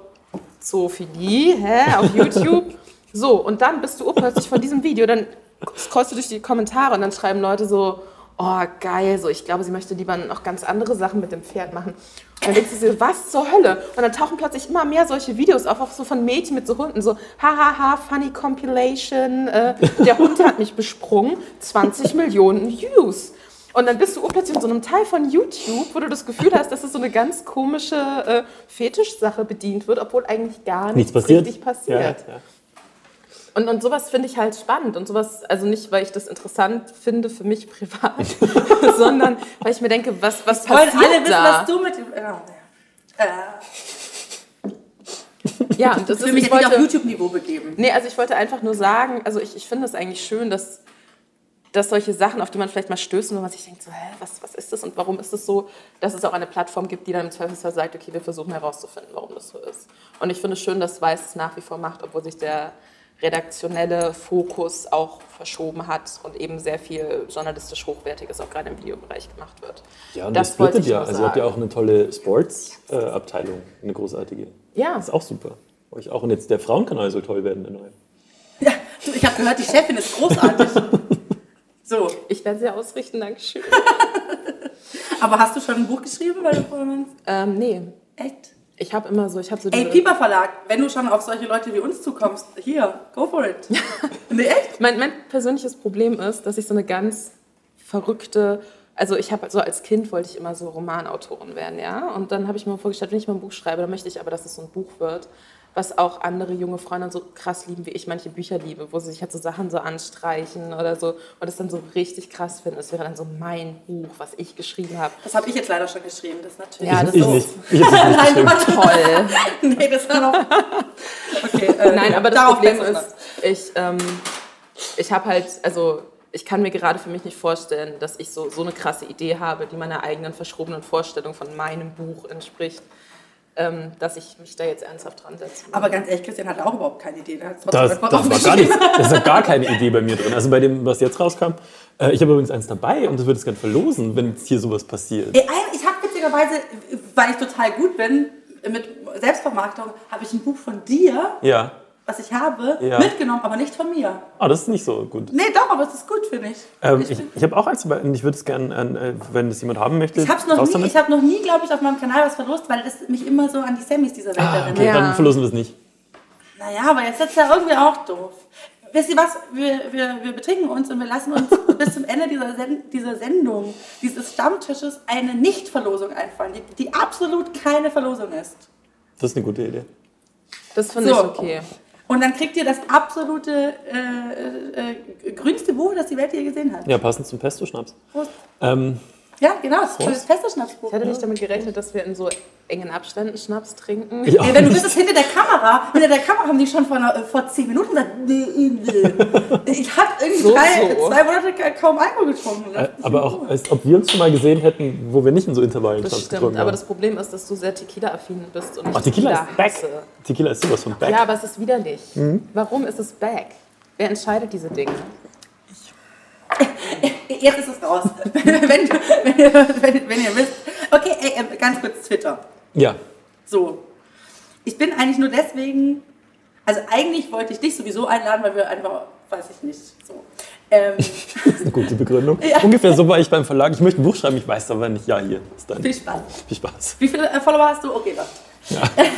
Speaker 2: Zoophilie, hä, auf YouTube. So, und dann bist du urplötzlich von diesem Video, dann scrollst du durch die Kommentare und dann schreiben Leute so, oh geil, so ich glaube, sie möchte lieber noch ganz andere Sachen mit dem Pferd machen. Und dann denkst du dir, was zur Hölle? Und dann tauchen plötzlich immer mehr solche Videos auf, auch so von Mädchen mit so Hunden, so hahaha, funny compilation, äh, der Hund hat mich besprungen, zwanzig Millionen Views. Und dann bist du plötzlich in so einem Teil von YouTube, wo du das Gefühl hast, dass es so eine ganz komische äh, Fetischsache bedient wird, obwohl eigentlich gar nichts,
Speaker 1: Nichts passiert.
Speaker 2: richtig passiert.
Speaker 1: Ja, ja.
Speaker 2: Und, und sowas finde ich halt spannend. Und sowas, also nicht, weil ich das interessant finde für mich privat, sondern weil ich mir denke, was, was
Speaker 4: Wollen
Speaker 2: passiert
Speaker 4: alle wissen,
Speaker 2: da?
Speaker 4: was du mit dem... Äh,
Speaker 2: Ja, und das
Speaker 4: ich will
Speaker 2: ist,
Speaker 4: mich
Speaker 2: ich
Speaker 4: jetzt nicht auf
Speaker 2: wollte,
Speaker 4: YouTube-Niveau begeben.
Speaker 2: nee, also ich wollte einfach nur sagen, also ich, ich finde es eigentlich schön, dass, dass solche Sachen, auf die man vielleicht mal stößt und wo man sich denkt, so, hä, was, was ist das und warum ist das so, dass es auch eine Plattform gibt, die dann im Zweifelsfall sagt, okay, wir versuchen herauszufinden, warum das so ist. Und ich finde es schön, dass Weiß es nach wie vor macht, obwohl sich der redaktionelle Fokus auch verschoben hat und eben sehr viel journalistisch Hochwertiges auch gerade im Videobereich gemacht wird.
Speaker 1: Ja, und
Speaker 2: das
Speaker 1: das
Speaker 2: wollte
Speaker 1: splittet
Speaker 2: ich
Speaker 1: ja.
Speaker 2: nur
Speaker 1: Also ihr habt ja
Speaker 2: sagen.
Speaker 1: auch eine tolle Sports-Abteilung, eine großartige.
Speaker 2: Ja.
Speaker 1: Das ist auch super. Euch auch. Und jetzt der Frauenkanal soll toll werden, der neue.
Speaker 4: Ja, du, ich habe gehört, die Chefin ist großartig. So.
Speaker 2: Ich werde sie ausrichten, Dankeschön.
Speaker 4: Aber hast du schon ein Buch geschrieben, weil du vorher meinst?
Speaker 2: ähm, nee,
Speaker 4: Echt?
Speaker 2: ich habe immer so, ich habe so
Speaker 4: Ey,
Speaker 2: diese...
Speaker 4: Piper Verlag, wenn du schon auf solche Leute wie uns zukommst, hier, go for it. Nee, echt?
Speaker 2: Mein, mein persönliches Problem ist, dass ich so eine ganz verrückte, also ich habe so als Kind wollte ich immer so Romanautorin werden, ja, und dann habe ich mir vorgestellt, wenn ich mal ein Buch schreibe, dann möchte ich aber, dass es so ein Buch wird, was auch andere junge Freunde so krass lieben, wie ich manche Bücher liebe, wo sie sich halt so Sachen so anstreichen oder so und das dann so richtig krass finden. Das wäre dann so mein Buch, was ich geschrieben habe.
Speaker 4: Das habe ich jetzt leider schon geschrieben, das ist natürlich.
Speaker 2: Ja, das
Speaker 1: Ich
Speaker 2: ist
Speaker 1: nicht. Ich hab's nicht
Speaker 4: Nein,
Speaker 1: geschrieben.
Speaker 2: toll.
Speaker 4: nee, das war noch. Okay, äh,
Speaker 2: Nein, aber das
Speaker 4: darauf
Speaker 2: Problem
Speaker 4: besser
Speaker 2: ist, ich, ähm, ich habe halt, also ich kann mir gerade für mich nicht vorstellen, dass ich so, so eine krasse Idee habe, die meiner eigenen verschrobenen Vorstellung von meinem Buch entspricht, ähm, dass ich mich da jetzt ernsthaft dran setze.
Speaker 4: Aber ganz ehrlich, Christian hatte auch überhaupt keine Idee. Der hat's
Speaker 1: Das,
Speaker 4: trotzdem
Speaker 1: das
Speaker 4: einfach
Speaker 1: war gar
Speaker 4: aufgeschrieben.
Speaker 1: nichts. Das ist gar keine Idee bei mir drin. Also bei dem, was jetzt rauskam. Äh, ich habe übrigens eins dabei und das würde ich gerne verlosen, wenn jetzt hier sowas passiert.
Speaker 4: Ey, ein- Ich habe witzigerweise, weil ich total gut bin mit Selbstvermarktung, habe ich ein Buch von dir,
Speaker 1: Ja.
Speaker 4: was ich habe,
Speaker 1: Ja.
Speaker 4: mitgenommen, aber nicht von mir.
Speaker 1: Ah, das ist nicht so gut.
Speaker 4: Nee, doch, aber es ist gut, finde ich.
Speaker 1: Ähm,
Speaker 4: ich
Speaker 1: ich ich habe auch eins dabei und ich würde es gerne, äh, wenn das jemand haben möchte,
Speaker 4: ich habe noch,
Speaker 1: raus
Speaker 4: nie-
Speaker 1: damit.
Speaker 4: ich hab noch nie, glaube ich, auf meinem Kanal was verlost, weil das mich immer so an die Sammys dieser Welt
Speaker 1: Ah,
Speaker 4: erinnert.
Speaker 1: okay,
Speaker 2: Ja.
Speaker 1: dann verlosen wir es nicht.
Speaker 4: Naja, aber jetzt ist ja irgendwie auch doof. wisst ihr was, wir, wir, wir betrinken uns und wir lassen uns bis zum Ende dieser, Send dieser Sendung, dieses Stammtisches, eine Nicht-Verlosung einfallen, die, die absolut keine Verlosung ist.
Speaker 1: Das ist eine gute Idee.
Speaker 2: Das finde
Speaker 4: So.
Speaker 2: ich okay.
Speaker 4: Und dann kriegt ihr das absolute äh, äh, grünste Buch, das die Welt je gesehen hat.
Speaker 1: Ja, passend zum Pesto-Schnaps.
Speaker 4: Prost.
Speaker 1: Ähm,
Speaker 4: Ja, genau, das ist das Pesto-Schnapsbuch.
Speaker 2: Ich hätte nicht damit gerechnet, dass wir in so engen Abständen Schnaps trinken.
Speaker 1: ja.
Speaker 4: Ja, wenn du wüsstest, hinter der Kamera, hinter der Kamera haben die schon vor, einer, vor zehn Minuten gesagt, nee, nee. Ich habe irgendwie
Speaker 2: So,
Speaker 4: drei,
Speaker 2: so.
Speaker 4: zwei Monate kaum Alkohol getrunken.
Speaker 1: Äh, aber auch, als ob wir uns schon mal gesehen hätten, wo wir nicht in so Intervallen
Speaker 2: Das
Speaker 1: Schnaps
Speaker 2: stimmt,
Speaker 1: getrunken
Speaker 2: aber
Speaker 1: haben.
Speaker 2: das Problem ist, dass du sehr Tequila-affin bist und ich
Speaker 1: Oh, Tequila ist back.
Speaker 2: hasse.
Speaker 1: Tequila ist sowas von back.
Speaker 2: Ja, aber es ist widerlich.
Speaker 1: Mhm.
Speaker 2: Warum ist es back? Wer entscheidet diese Dinge?
Speaker 4: Jetzt ist es raus. wenn, du, wenn, ihr, wenn, wenn ihr wisst. Okay, ey, ganz kurz Twitter.
Speaker 1: Ja.
Speaker 4: So. Ich bin eigentlich nur deswegen, also eigentlich wollte ich dich sowieso einladen, weil wir einfach, weiß ich nicht, so. Ähm,
Speaker 1: Das ist eine gute Begründung.
Speaker 4: Ja.
Speaker 1: Ungefähr so war ich beim Verlag. Ich möchte ein Buch schreiben, ich weiß aber nicht. Ja, hier ist dein.
Speaker 4: viel Spaß.
Speaker 1: Viel Spaß.
Speaker 4: Wie viele äh, Follower hast du? Okay, läuft. Ja.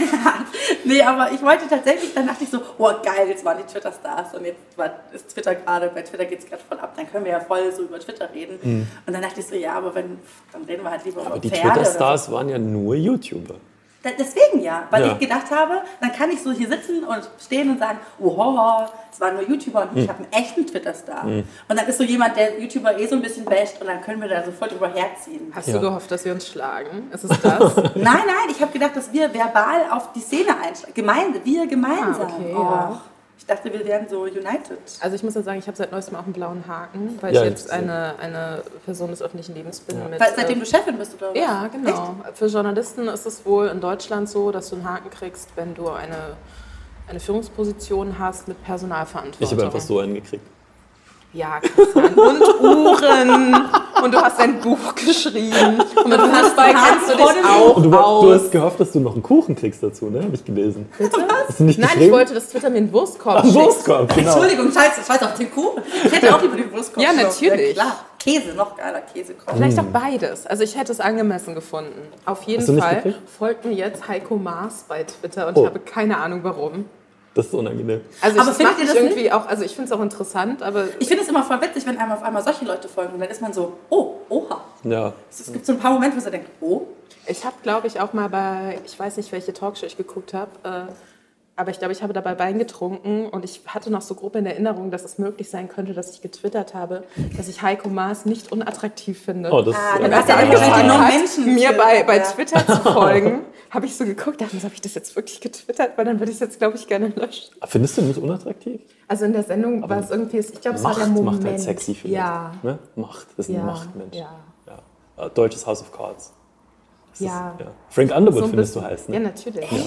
Speaker 4: Nee, aber ich wollte tatsächlich, dann dachte ich so, oh geil, jetzt waren die Twitter-Stars und jetzt war, ist Twitter gerade, bei Twitter geht es gerade voll ab, dann können wir ja voll so über Twitter reden. Mhm. Und dann dachte ich so, ja, aber wenn, dann reden wir halt lieber
Speaker 1: Aber
Speaker 4: über
Speaker 1: die
Speaker 4: Pferde.
Speaker 1: Twitter-Stars
Speaker 4: so.
Speaker 1: waren ja nur YouTuber.
Speaker 4: Da, deswegen ja, weil
Speaker 1: Ja.
Speaker 4: ich gedacht habe, dann kann ich so hier sitzen und stehen und sagen, oh, es waren nur YouTuber und ich habe einen echten Twitter-Star. Und dann ist so jemand, der YouTuber eh so ein bisschen basht und dann können wir da sofort drüber herziehen.
Speaker 2: Hast
Speaker 1: Ja.
Speaker 2: du gehofft, dass wir uns schlagen? Ist es das?
Speaker 4: Nein, nein, ich habe gedacht, dass wir verbal auf die Szene einschlagen. Gemeinde, wir gemeinsam.
Speaker 2: Ah, okay,
Speaker 4: oh.
Speaker 2: ja.
Speaker 4: Ich dachte, wir wären so united.
Speaker 2: Also ich muss ja sagen, ich habe seit neuestem auch einen blauen Haken, weil
Speaker 1: Ja,
Speaker 2: ich jetzt
Speaker 1: ich-
Speaker 2: eine, eine Person des öffentlichen Lebens bin.
Speaker 1: Ja.
Speaker 2: Mit,
Speaker 4: Weil, seitdem
Speaker 2: äh,
Speaker 4: du Chefin bist, oder was?
Speaker 2: Ja, genau. Für Journalisten ist es wohl in Deutschland so, dass du einen Haken kriegst, wenn du eine, eine Führungsposition hast mit Personalverantwortung.
Speaker 1: Ich habe einfach so einen gekriegt.
Speaker 2: Ja, Christian. Und Uhren. Und du hast ein Buch geschrieben. Und mit Fußball kennst du dich auch
Speaker 1: Und du, war-
Speaker 2: aus.
Speaker 1: du hast gehofft, dass du noch einen Kuchen kriegst dazu, ne? Habe ich gelesen.
Speaker 2: Bitte?
Speaker 1: Hast du nicht
Speaker 2: Nein,
Speaker 1: geschrieben?
Speaker 2: ich wollte, dass Twitter mir einen Wurstkorb
Speaker 1: Ach,
Speaker 2: schickt.
Speaker 1: Wurstkorb, genau.
Speaker 4: Entschuldigung, scheiße, scheiß auf den Kuchen. Ich hätte auch lieber den Wurstkorb.
Speaker 2: Ja,
Speaker 4: genommen.
Speaker 2: natürlich.
Speaker 4: Ja, klar. Käse, noch geiler Käsekorb.
Speaker 2: Vielleicht auch beides. Also ich hätte es angemessen gefunden. Auf jeden
Speaker 1: Hast du nicht
Speaker 2: Fall
Speaker 1: gekriegt?
Speaker 2: folgt mir jetzt Heiko Maas bei Twitter und
Speaker 1: Oh.
Speaker 2: ich habe keine Ahnung warum.
Speaker 1: Das ist unangenehm.
Speaker 2: Also
Speaker 4: Aber
Speaker 2: ich
Speaker 4: findet
Speaker 2: mache
Speaker 4: ihr
Speaker 2: ich
Speaker 4: das
Speaker 2: irgendwie auch, also ich finde es auch interessant, aber
Speaker 4: Ich finde es immer voll witzig, wenn einem auf einmal solche Leute folgen. Und dann ist man so, oh, oha.
Speaker 1: Ja.
Speaker 4: Es gibt so ein paar Momente, wo man denkt, oh.
Speaker 2: ich habe, glaube ich, auch mal bei, ich weiß nicht, welche Talkshow ich geguckt habe, äh, aber ich glaube, ich habe dabei Wein getrunken und ich hatte noch so grob in Erinnerung, dass es möglich sein könnte, dass ich getwittert habe, dass ich Heiko Maas nicht unattraktiv finde.
Speaker 1: Oh, das
Speaker 4: Ah,
Speaker 1: äh,
Speaker 4: dann
Speaker 2: Und als
Speaker 4: hast du
Speaker 2: er
Speaker 4: ja
Speaker 2: angefangen
Speaker 4: wahrscheinlich noch
Speaker 2: hat,
Speaker 4: Menschen
Speaker 2: mir
Speaker 4: zu-
Speaker 2: bei, bei
Speaker 4: ja.
Speaker 2: Twitter zu folgen, habe ich so geguckt, dachte, habe ich das jetzt wirklich getwittert? Weil dann würde ich es jetzt, glaube ich, gerne löschen.
Speaker 1: Findest du mich unattraktiv?
Speaker 2: Also in der Sendung war es irgendwie, ich glaube, es war der
Speaker 1: Macht
Speaker 2: Moment.
Speaker 1: macht halt sexy vielleicht.
Speaker 2: Ja.
Speaker 1: Ne? Macht, das ist
Speaker 2: Ja,
Speaker 1: ein Machtmensch.
Speaker 2: ja.
Speaker 1: Ja. Äh, Deutsches House of Cards. Das
Speaker 2: Ja.
Speaker 1: Ist, ja. Frank Underwood
Speaker 2: So ein
Speaker 1: findest
Speaker 2: bisschen-
Speaker 1: du heiß, ne?
Speaker 2: Ja, natürlich.
Speaker 1: Ja.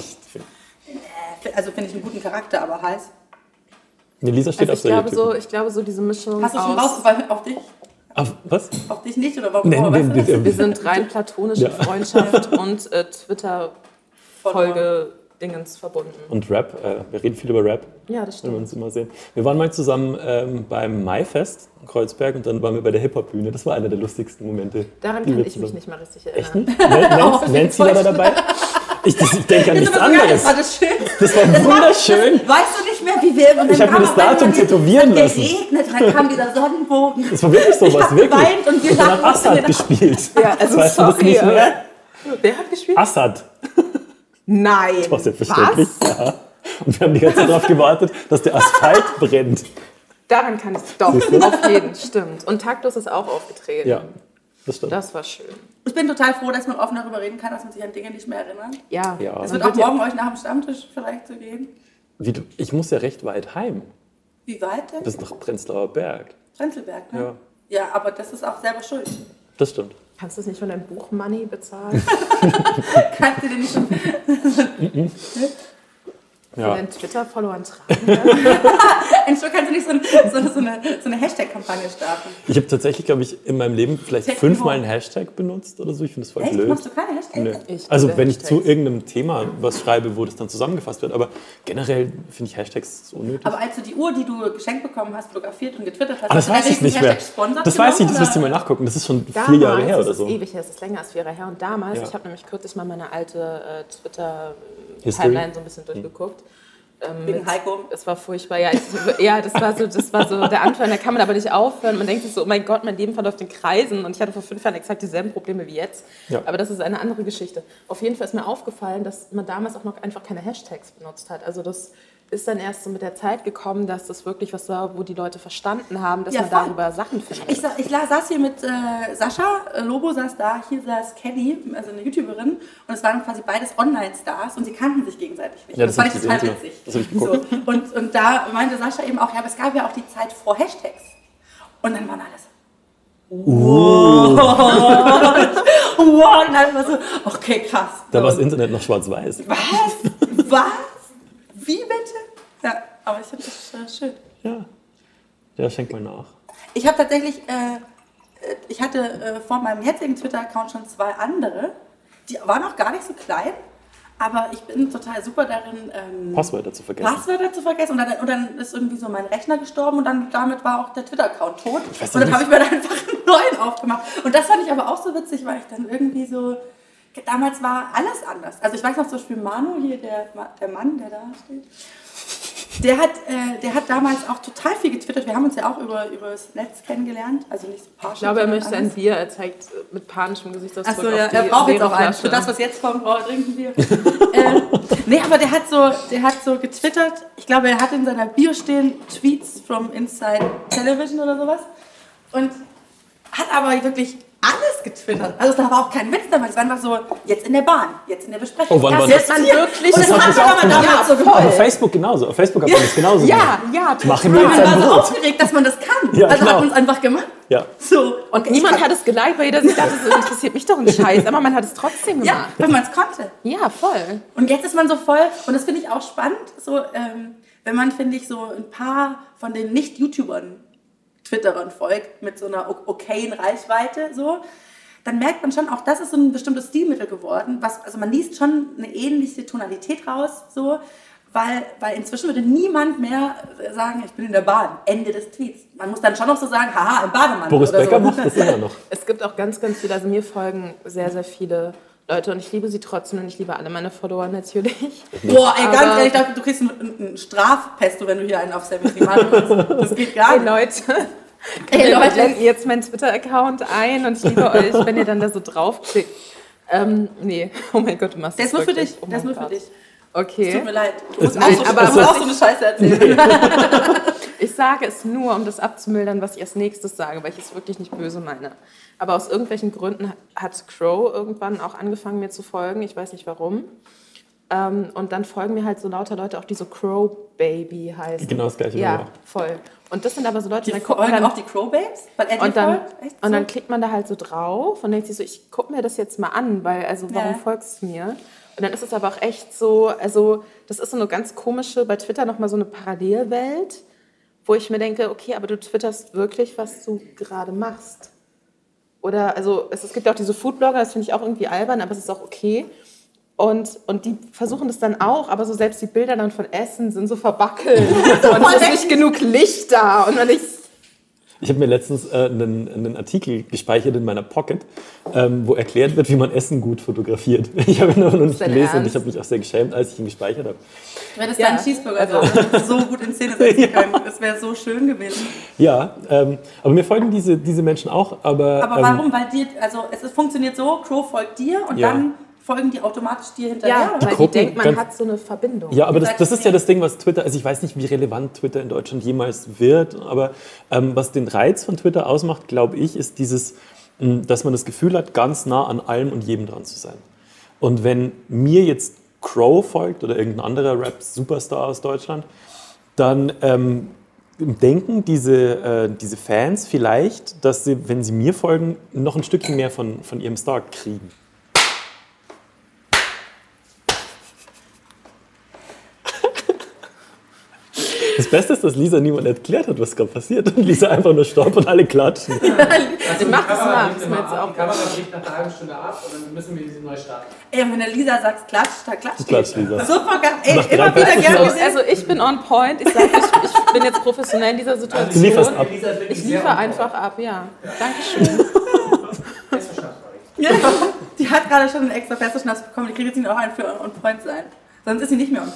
Speaker 4: Also finde ich einen guten Charakter, aber heiß.
Speaker 1: Nee, Lisa steht
Speaker 2: Also
Speaker 1: auf
Speaker 2: ich glaube,
Speaker 1: solche
Speaker 2: so,
Speaker 1: Typen.
Speaker 2: ich glaube, so diese Mischung
Speaker 4: Hast du schon
Speaker 2: aus...
Speaker 4: rausgefallen auf dich?
Speaker 1: Auf, was?
Speaker 4: Auf dich nicht? Oder warum?
Speaker 1: Nee,
Speaker 4: warum
Speaker 1: nee,
Speaker 4: weißt du das?
Speaker 1: nee,
Speaker 2: Wir sind rein platonische
Speaker 1: Ja.
Speaker 2: Freundschaft und äh, Twitter-Folge-Dingens verbunden.
Speaker 1: Und Rap, äh, wir reden viel über Rap,
Speaker 2: Ja, das
Speaker 1: wenn wir
Speaker 2: stimmt.
Speaker 1: uns immer sehen. Wir waren mal zusammen ähm, beim Maifest in Kreuzberg und dann waren wir bei der Hip-Hop-Bühne. Das war einer der lustigsten Momente.
Speaker 2: Daran
Speaker 1: die
Speaker 2: kann
Speaker 1: wir
Speaker 2: ich mich
Speaker 1: zusammen-
Speaker 2: nicht mal richtig
Speaker 1: Echt
Speaker 2: erinnern.
Speaker 1: nicht? Nan- Nancy war da dabei? Ich, das, ich denke an
Speaker 4: Das
Speaker 1: nichts
Speaker 4: war so geil,
Speaker 1: anderes.
Speaker 4: Das war das schön.
Speaker 1: Das war wunderschön.
Speaker 4: Weißt du nicht mehr, wie wir... und dann
Speaker 1: Ich hab mir
Speaker 4: kam
Speaker 1: das
Speaker 4: auf einmal
Speaker 1: Datum
Speaker 4: die-
Speaker 1: tätowieren
Speaker 4: es hat
Speaker 1: lassen.
Speaker 4: geregnet, dann kam dieser Sonnenbogen.
Speaker 1: Das war wirklich
Speaker 4: Ich
Speaker 1: sowas,
Speaker 4: hab
Speaker 1: wirklich.
Speaker 4: geweint und wir
Speaker 1: Und dann hat
Speaker 4: lachen uns in
Speaker 1: Assad
Speaker 4: den-
Speaker 1: gespielt.
Speaker 2: Ja, also
Speaker 1: weißt du das
Speaker 2: sorry.
Speaker 1: nicht mehr?
Speaker 2: aber- Wer hat gespielt?
Speaker 1: Assad.
Speaker 2: Nein.
Speaker 1: Das ist selbstverständlich. Ja. Und wir haben die ganze Zeit darauf gewartet, dass der Asphalt brennt.
Speaker 2: Daran kann ich doch, auf jeden, stimmt. Und Taktlos ist auch aufgetreten.
Speaker 1: Ja, das stimmt.
Speaker 2: Das war schön.
Speaker 4: Ich bin total froh, dass man offen darüber reden kann, dass man sich an Dinge nicht mehr erinnert.
Speaker 2: Ja,
Speaker 1: Ja.
Speaker 4: Es
Speaker 2: man
Speaker 4: wird auch
Speaker 2: ja-
Speaker 4: morgen euch nach dem Stammtisch vielleicht so gehen.
Speaker 1: Wie du, ich muss ja recht weit heim.
Speaker 4: Wie weit denn?
Speaker 1: Bis nach Prenzlauer Berg.
Speaker 4: Prenzlberg, ne?
Speaker 1: Ja.
Speaker 4: Ja, aber das ist auch selber schuld.
Speaker 1: Das stimmt.
Speaker 2: Kannst du es nicht von deinem Buch Money bezahlen?
Speaker 4: Kannst du dir nicht schon...
Speaker 2: Von
Speaker 1: Ja.
Speaker 2: deinen Twitter-Followern tragen?
Speaker 4: Entschuldigung, kannst du nicht so, ein, so, so eine, so eine Hashtag-Kampagne starten?
Speaker 1: Ich habe tatsächlich, glaube ich, in meinem Leben vielleicht
Speaker 4: Techno.
Speaker 1: fünfmal einen Hashtag benutzt oder so. Ich finde das voll
Speaker 4: Echt?
Speaker 1: blöd.
Speaker 4: Machst du keine Hashtags?
Speaker 1: Nee.
Speaker 2: Ich
Speaker 1: Also
Speaker 2: liebe
Speaker 1: wenn ich zu
Speaker 2: Hashtags.
Speaker 1: irgendeinem Thema was schreibe, wo das dann zusammengefasst wird. Aber generell finde ich Hashtags unnötig.
Speaker 4: Aber als du die Uhr, die du geschenkt bekommen hast, fotografiert und getwittert hast,
Speaker 1: Ah, das
Speaker 4: hast du
Speaker 1: weiß
Speaker 4: da
Speaker 1: ich nicht
Speaker 4: wenigstens
Speaker 1: mehr.
Speaker 4: Hashtag sponsert
Speaker 1: Das weiß ich, das
Speaker 4: genommen,
Speaker 1: müsst ihr mal
Speaker 4: oder?
Speaker 1: nachgucken. Das ist schon
Speaker 2: Damals,
Speaker 1: vier Jahre her
Speaker 2: das
Speaker 1: oder
Speaker 2: ist
Speaker 1: so.
Speaker 2: ewig her, das ist länger als vier Jahre her. Und damals,
Speaker 1: Ja.
Speaker 2: ich habe nämlich kürzlich mal meine alte äh,
Speaker 1: History.
Speaker 2: Twitter-Timeline so ein bisschen durchgeguckt. Ähm,
Speaker 4: Wegen
Speaker 2: mit,
Speaker 4: Heiko.
Speaker 2: Es war furchtbar, ja. Ich, ja, das war, so, das war so der Anfang, da kann man aber nicht aufhören. Man denkt sich so, oh mein Gott, mein Leben verläuft in Kreisen. Und ich hatte vor fünf Jahren exakt dieselben Probleme wie jetzt.
Speaker 1: Ja.
Speaker 2: Aber das ist eine andere Geschichte. Auf jeden Fall ist mir aufgefallen, dass man damals auch noch einfach keine Hashtags benutzt hat. Also das ist dann erst so mit der Zeit gekommen, dass das wirklich was war, wo die Leute verstanden haben, dass
Speaker 4: Ja,
Speaker 2: man
Speaker 4: voll.
Speaker 2: darüber Sachen findet.
Speaker 4: Ich, sa- ich la- saß hier mit äh, Sascha, äh, Lobo saß da, hier saß Kelly, also eine YouTuberin, und es waren quasi beides Online-Stars und sie kannten sich gegenseitig nicht.
Speaker 1: Ja,
Speaker 4: das,
Speaker 1: das
Speaker 4: fand
Speaker 1: hab
Speaker 4: ich
Speaker 1: ich
Speaker 4: total
Speaker 1: gesehen,
Speaker 4: witzig.
Speaker 1: das hab ich geguckt.
Speaker 4: So, und, und da meinte Sascha eben auch, ja, aber es gab ja auch die Zeit vor Hashtags. Und dann waren alles
Speaker 1: Uh.
Speaker 4: wow, und dann war so, okay, krass.
Speaker 1: Da war das
Speaker 4: So.
Speaker 1: Internet noch schwarz-weiß.
Speaker 4: Was? Was? Wie bitte? Ja, aber ich finde das äh, schön.
Speaker 1: Ja. Ja, schenk mal nach.
Speaker 4: Ich habe tatsächlich, äh, äh, ich hatte äh, vor meinem jetzigen Twitter-Account schon zwei andere. Die waren auch gar nicht so klein, aber ich bin total super darin, ähm,
Speaker 1: Passwörter zu vergessen.
Speaker 4: Passwörter zu vergessen. Und dann, und dann ist irgendwie so mein Rechner gestorben und dann damit war auch der Twitter-Account tot.
Speaker 1: weiß
Speaker 4: Und dann
Speaker 1: nicht.
Speaker 4: habe ich mir dann einfach einen neuen aufgemacht. Und das fand ich aber auch so witzig, weil ich dann irgendwie so, damals war alles anders. Also ich weiß noch zum Beispiel Manu, hier der, der Mann, der da steht. Der hat, äh, der hat damals auch total viel getwittert. Wir haben uns ja auch über, über das Netz kennengelernt. Also nicht so partial.
Speaker 2: Ich glaube, er
Speaker 4: sondern
Speaker 2: möchte ein
Speaker 4: alles.
Speaker 2: Bier. Er zeigt mit panischem Gesichtsausdruck
Speaker 4: Achso,
Speaker 2: auf
Speaker 4: ja,
Speaker 2: die
Speaker 4: er braucht jetzt auch einen.
Speaker 2: Flasche.
Speaker 4: Für das, was jetzt kommt, braucht er trinken wir. äh, nee, aber der hat, so, der hat so getwittert. Ich glaube, er hat in seiner Bio stehen Tweets from Inside Television oder sowas. Und hat aber wirklich alles getwittert. Also da war auch kein Witz dabei. Es war einfach so, jetzt in der Bahn, jetzt in der Besprechung.
Speaker 1: Oh, wann
Speaker 4: das
Speaker 1: war
Speaker 4: jetzt
Speaker 1: das?
Speaker 4: man wirklich. Und das,
Speaker 1: Das
Speaker 4: hat
Speaker 1: hat mich
Speaker 4: man
Speaker 1: auch
Speaker 4: aber
Speaker 1: gemacht.
Speaker 4: damals so
Speaker 1: Auf
Speaker 4: gemacht.
Speaker 1: Facebook genauso. Auf Facebook hat man das genauso gemacht.
Speaker 2: Ja, ja,
Speaker 1: Machen
Speaker 4: Und
Speaker 1: wir
Speaker 4: man
Speaker 1: jetzt
Speaker 4: war
Speaker 1: ein
Speaker 4: so
Speaker 1: Brot.
Speaker 4: aufgeregt, dass man das kann.
Speaker 1: Ja,
Speaker 4: also
Speaker 1: genau.
Speaker 4: hat man es einfach gemacht.
Speaker 1: Ja.
Speaker 4: So.
Speaker 2: Und
Speaker 4: ich
Speaker 2: niemand
Speaker 4: kann-
Speaker 2: hat es geliked, weil jeder sich dachte, das interessiert mich doch ein Scheiß. Aber man hat es trotzdem
Speaker 4: Ja,
Speaker 2: gemacht.
Speaker 4: weil man es konnte.
Speaker 2: Ja, voll.
Speaker 4: Und jetzt ist man so voll, und das finde ich auch spannend, so, ähm, wenn man, finde ich, so ein paar von den Nicht-YouTubern, Twitterern folgt, mit so einer o- okayen Reichweite, so, dann merkt man schon, auch das ist so ein bestimmtes Stilmittel geworden. Was, also man liest schon eine ähnliche Tonalität raus, so, weil, weil inzwischen würde niemand mehr sagen, ich bin in der Bahn, Ende des Tweets. Man muss dann schon noch so sagen, haha, im Bademantel
Speaker 1: Boris
Speaker 4: oder
Speaker 1: Becker
Speaker 4: so.
Speaker 1: macht das immer noch.
Speaker 2: Es gibt auch ganz, ganz viele, also mir folgen sehr, sehr viele Leute und ich liebe sie trotzdem und ich liebe alle meine Follower natürlich.
Speaker 4: Boah, ey, ganz
Speaker 2: Aber-
Speaker 4: ehrlich, ich glaube, du kriegst einen, einen Strafpesto, wenn du hier einen auf Sammy Trimano machst. Das geht gar
Speaker 2: Hey
Speaker 4: nicht.
Speaker 2: Leute,
Speaker 4: Hey,
Speaker 2: wir
Speaker 4: Leute.
Speaker 2: blenden jetzt meinen Twitter-Account ein und ich liebe euch, wenn ihr dann da so draufklickt. Ähm, nee, oh mein Gott, du machst
Speaker 4: Der
Speaker 2: das
Speaker 4: ist nur für
Speaker 2: wirklich.
Speaker 4: dich.
Speaker 2: Oh
Speaker 4: Der ist
Speaker 2: mein
Speaker 4: nur für
Speaker 2: Gott.
Speaker 4: dich.
Speaker 2: Okay.
Speaker 4: Tut mir leid. Du
Speaker 1: Es
Speaker 4: musst auch
Speaker 1: ist-
Speaker 4: so,
Speaker 2: aber
Speaker 4: du musst
Speaker 2: muss
Speaker 4: auch so eine Scheiße erzählen.
Speaker 2: Ich sage es nur, um das abzumildern, was ich als nächstes sage, weil ich es wirklich nicht böse meine. Aber aus irgendwelchen Gründen hat Crow irgendwann auch angefangen, mir zu folgen. Ich weiß nicht warum. Ähm, und dann folgen mir halt so lauter Leute, auch die so Crow Baby heißen.
Speaker 1: Genau das Gleiche.
Speaker 2: Ja, voll. Und das sind aber so Leute,
Speaker 4: Die
Speaker 2: dann guckt man
Speaker 4: folgen
Speaker 2: dann,
Speaker 4: auch die Crow Babes? Weil er dir
Speaker 2: und dann,
Speaker 4: folgt? Echt
Speaker 2: und
Speaker 4: so?
Speaker 2: dann klickt man da halt so drauf und denkt sich so, ich gucke mir das jetzt mal an, weil, also warum
Speaker 4: Ja.
Speaker 2: folgst du mir? Und dann ist es aber auch echt so, also das ist so eine ganz komische, bei Twitter nochmal so eine Parallelwelt, wo ich mir denke, okay, aber du twitterst wirklich, was du gerade machst. Oder, also es, es gibt ja auch diese Foodblogger, das finde ich auch irgendwie albern, aber es ist auch okay. Und, und die versuchen das dann auch, aber so selbst die Bilder dann von Essen sind so verwackelt. und es ist nicht genug Licht da. Und wenn ich
Speaker 1: Ich habe mir letztens äh, einen, einen Artikel gespeichert in meiner Pocket, ähm, wo erklärt wird, wie man Essen gut fotografiert. Ich habe ihn aber noch nicht
Speaker 2: dein
Speaker 1: gelesen und
Speaker 2: Ernst?
Speaker 1: ich habe mich auch sehr geschämt, als ich ihn gespeichert habe.
Speaker 4: Du hättest
Speaker 2: Ja.
Speaker 4: deinen Cheeseburger
Speaker 2: Also-
Speaker 4: also. so gut in Szene setzen können. Das wäre so schön gewesen.
Speaker 1: Ja, ähm, aber mir folgen diese, diese Menschen auch. Aber,
Speaker 4: Aber
Speaker 1: ähm,
Speaker 4: warum? Weil dir, also es ist- funktioniert so, Crow folgt dir und
Speaker 1: Ja.
Speaker 4: dann folgen die automatisch dir hinterher.
Speaker 2: ja,
Speaker 4: oder?
Speaker 2: weil die
Speaker 1: gucken
Speaker 2: denkt, man
Speaker 1: ganz-
Speaker 2: hat so eine Verbindung.
Speaker 1: Ja, aber das,
Speaker 4: seid
Speaker 1: das ist ja
Speaker 4: schnell.
Speaker 1: das Ding, was Twitter, also ich weiß nicht, wie relevant Twitter in Deutschland jemals wird, aber ähm, was den Reiz von Twitter ausmacht, glaube ich, ist dieses, mh, dass man das Gefühl hat, ganz nah an allem und jedem dran zu sein. Und wenn mir jetzt Crow folgt oder irgendein anderer Rap-Superstar aus Deutschland, dann ähm, denken diese, äh, diese Fans vielleicht, dass sie, wenn sie mir folgen, noch ein Stückchen mehr von, von ihrem Star kriegen. Das Beste ist, dass Lisa niemand erklärt hat, was gerade passiert. Und Lisa einfach nur stoppt und alle klatschen.
Speaker 2: Ich mach das mal. Das ist mir jetzt auch
Speaker 5: Die Kamera bricht nach einer halben Stunde ab und dann müssen wir sie neu starten.
Speaker 4: Ey, und wenn der Lisa sagt, klatsch, da klatscht die.
Speaker 1: Klatsch, Lisa.
Speaker 4: Super, geil. Ey,
Speaker 1: Nach drei
Speaker 4: immer wieder
Speaker 1: Besten
Speaker 4: gerne
Speaker 1: so.
Speaker 2: Also,
Speaker 4: gesehen.
Speaker 2: also ich bin on point. Ich, sag, ich, ich bin jetzt professionell in dieser Situation.
Speaker 1: Du lieferst ab.
Speaker 5: Lisa ist wirklich
Speaker 2: Ich
Speaker 5: sehr
Speaker 2: liefere
Speaker 5: on
Speaker 2: einfach ab, ja. Dankeschön.
Speaker 5: point. Festverstanden.
Speaker 4: Ja, die hat gerade schon einen extra Festschnaps bekommen. Die kriegt jetzt nicht auch einen für on point sein. Sonst ist sie nicht mehr on point.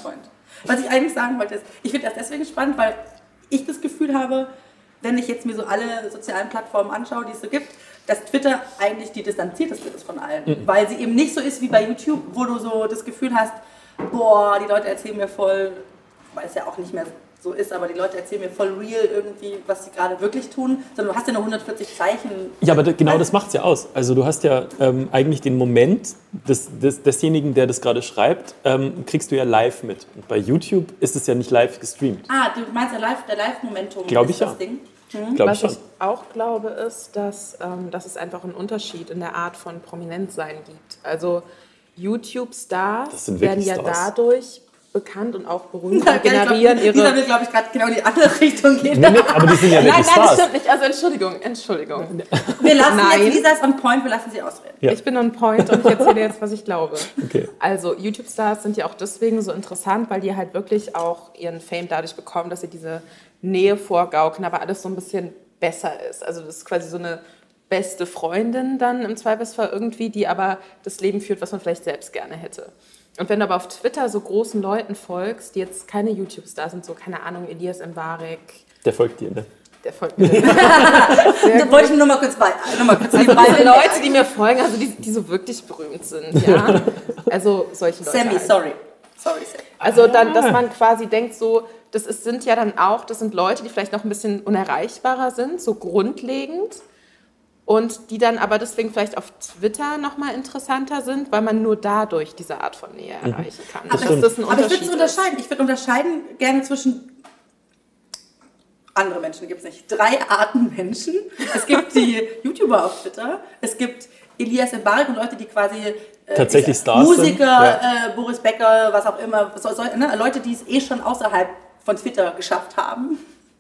Speaker 4: Was ich eigentlich sagen wollte ist, ich finde das deswegen spannend, weil ich das Gefühl habe, wenn ich jetzt mir so alle sozialen Plattformen anschaue, die es so gibt, dass Twitter eigentlich die distanzierteste ist von allen. Mhm. Weil sie eben nicht so ist wie bei YouTube, wo du so das Gefühl hast, boah, die Leute erzählen mir voll, weil es ja auch nicht mehr so ist, aber die Leute erzählen mir voll real irgendwie, was sie gerade wirklich tun, sondern du hast ja nur hundertvierzig Zeichen.
Speaker 1: Ja, aber genau das macht es ja aus. Also du hast ja ähm, eigentlich den Moment des, des, desjenigen, der das gerade schreibt, ähm, kriegst du ja live mit. Und bei YouTube ist es ja nicht live gestreamt.
Speaker 4: Ah, du meinst der Live, der Live-Momentum
Speaker 1: Glaube ich
Speaker 4: ist das
Speaker 1: ja.
Speaker 4: Ding? Mhm.
Speaker 1: Glaub
Speaker 2: Was
Speaker 1: ich, schon.
Speaker 2: ich auch glaube, ist, dass, ähm, dass es einfach einen Unterschied in der Art von Prominentsein gibt. Also YouTube-Stars werden ja
Speaker 1: Stars.
Speaker 2: dadurch bekannt und auch berühmt
Speaker 4: Ja,
Speaker 2: und generieren
Speaker 4: ich glaub,
Speaker 2: ihre...
Speaker 4: Dieser will, glaube ich, gerade genau in die andere Richtung gehen.
Speaker 1: Nee, nee, aber die sind ja
Speaker 2: Nein,
Speaker 1: wirklich
Speaker 2: nein, das
Speaker 1: Stars.
Speaker 2: stimmt nicht. Also Entschuldigung, Entschuldigung.
Speaker 4: Wir lassen
Speaker 2: Nein.
Speaker 4: jetzt Lisas on point, wir lassen sie ausreden.
Speaker 1: Ja.
Speaker 2: Ich bin on point und ich erzähle jetzt, was ich glaube.
Speaker 1: Okay.
Speaker 2: Also YouTube-Stars sind ja auch deswegen so interessant, weil die halt wirklich auch ihren Fame dadurch bekommen, dass sie diese Nähe vorgaukeln, aber alles so ein bisschen besser ist. Also das ist quasi so eine beste Freundin dann im Zweifelsfall irgendwie, die aber das Leben führt, was man vielleicht selbst gerne hätte. Und wenn du aber auf Twitter so großen Leuten folgst, die jetzt keine YouTube-Stars sind, so keine Ahnung, Elias Mbarek,
Speaker 1: Der folgt dir, ne?
Speaker 2: der folgt mir.
Speaker 4: Da wollte ich nur mal kurz bei. Nur mal kurz
Speaker 2: Also diese Leute, die mir folgen, also die, die so wirklich berühmt sind, ja. Also solche Leute.
Speaker 4: Sammy,
Speaker 2: halt.
Speaker 4: sorry. Sorry, Sammy.
Speaker 2: Also dann, dass man quasi denkt, so, das ist, sind ja dann auch, das sind Leute, die vielleicht noch ein bisschen unerreichbarer sind, so grundlegend. Und die dann aber deswegen vielleicht auf Twitter nochmal interessanter sind, weil man nur dadurch diese Art von Nähe erreichen kann.
Speaker 4: Aber,
Speaker 2: Dass das ein
Speaker 4: aber ich würde
Speaker 2: Unterschied
Speaker 4: es unterscheiden. Ich würde unterscheiden gerne zwischen andere Menschen gibt es nicht. Drei Arten Menschen. Es gibt die YouTuber auf Twitter. Es gibt Elias Mbarek und Leute, die quasi äh,
Speaker 1: Tatsächlich Stars
Speaker 4: Musiker,
Speaker 1: sind, ja.
Speaker 4: äh, Boris Becker, was auch immer, so, so, ne? Leute, die es eh schon außerhalb von Twitter geschafft haben.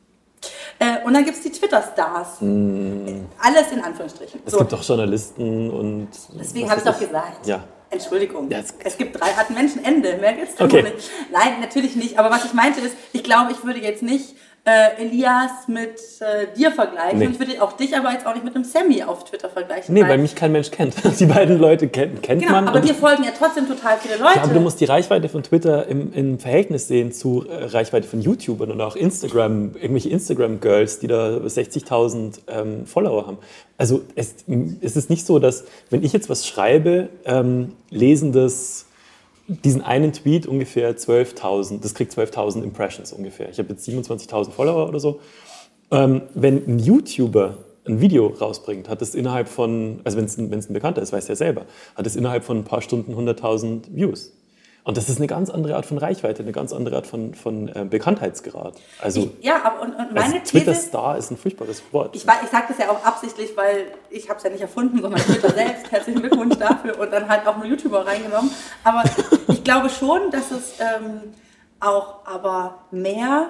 Speaker 4: Äh, und dann gibt es die Twitter-Stars. Mm. Alles in Anführungsstrichen.
Speaker 1: Es
Speaker 4: So.
Speaker 1: gibt auch Journalisten und...
Speaker 4: Deswegen
Speaker 1: was
Speaker 4: habe ich
Speaker 1: weiß
Speaker 4: doch gesagt.
Speaker 1: Ja.
Speaker 4: Entschuldigung.
Speaker 1: Ja, es-
Speaker 4: es gibt drei Arten Menschen. Ende. Mehr gibt's doch
Speaker 1: Okay.
Speaker 4: nicht. Nein, natürlich nicht. Aber was ich meinte ist, ich glaube, ich würde jetzt nicht äh, Elias mit äh, dir vergleichen.
Speaker 1: Nee.
Speaker 4: Und ich würde auch dich aber jetzt auch nicht mit einem Sammy auf Twitter vergleichen.
Speaker 1: Nee, weil mich kein Mensch kennt. Die beiden Leute kennt, kennt
Speaker 4: Genau,
Speaker 1: man.
Speaker 4: aber
Speaker 1: und-
Speaker 4: dir folgen ja trotzdem total viele Leute.
Speaker 1: Ja, aber du musst die Reichweite von Twitter im, im Verhältnis sehen zu äh, Reichweite von YouTubern und auch Instagram, irgendwelche Instagram-Girls, die da sechzigtausend ähm, Follower haben. Also es, es ist nicht so, dass, wenn ich jetzt was schreibe, ähm, lesen das diesen einen Tweet ungefähr zwölftausend, das kriegt zwölftausend Impressions ungefähr. Ich habe jetzt siebenundzwanzigtausend Follower oder so. Ähm, wenn ein YouTuber ein Video rausbringt, hat es innerhalb von, also wenn es ein, wenn es ein Bekannter ist, weiß er selber, hat es innerhalb von ein paar Stunden hunderttausend Views. Und das ist eine ganz andere Art von Reichweite, eine ganz andere Art von, von äh, Bekanntheitsgrad. Also,
Speaker 4: Ich, ja, aber und, und meine
Speaker 1: also
Speaker 4: These...
Speaker 1: Twitter-Star ist ein furchtbares Wort.
Speaker 4: Ich, ich sage das ja auch absichtlich, weil ich habe es ja nicht erfunden, sondern Twitter selbst. Herzlichen Glückwunsch dafür und dann halt auch nur YouTuber reingenommen. Aber ich glaube schon, dass es ähm, auch aber mehr...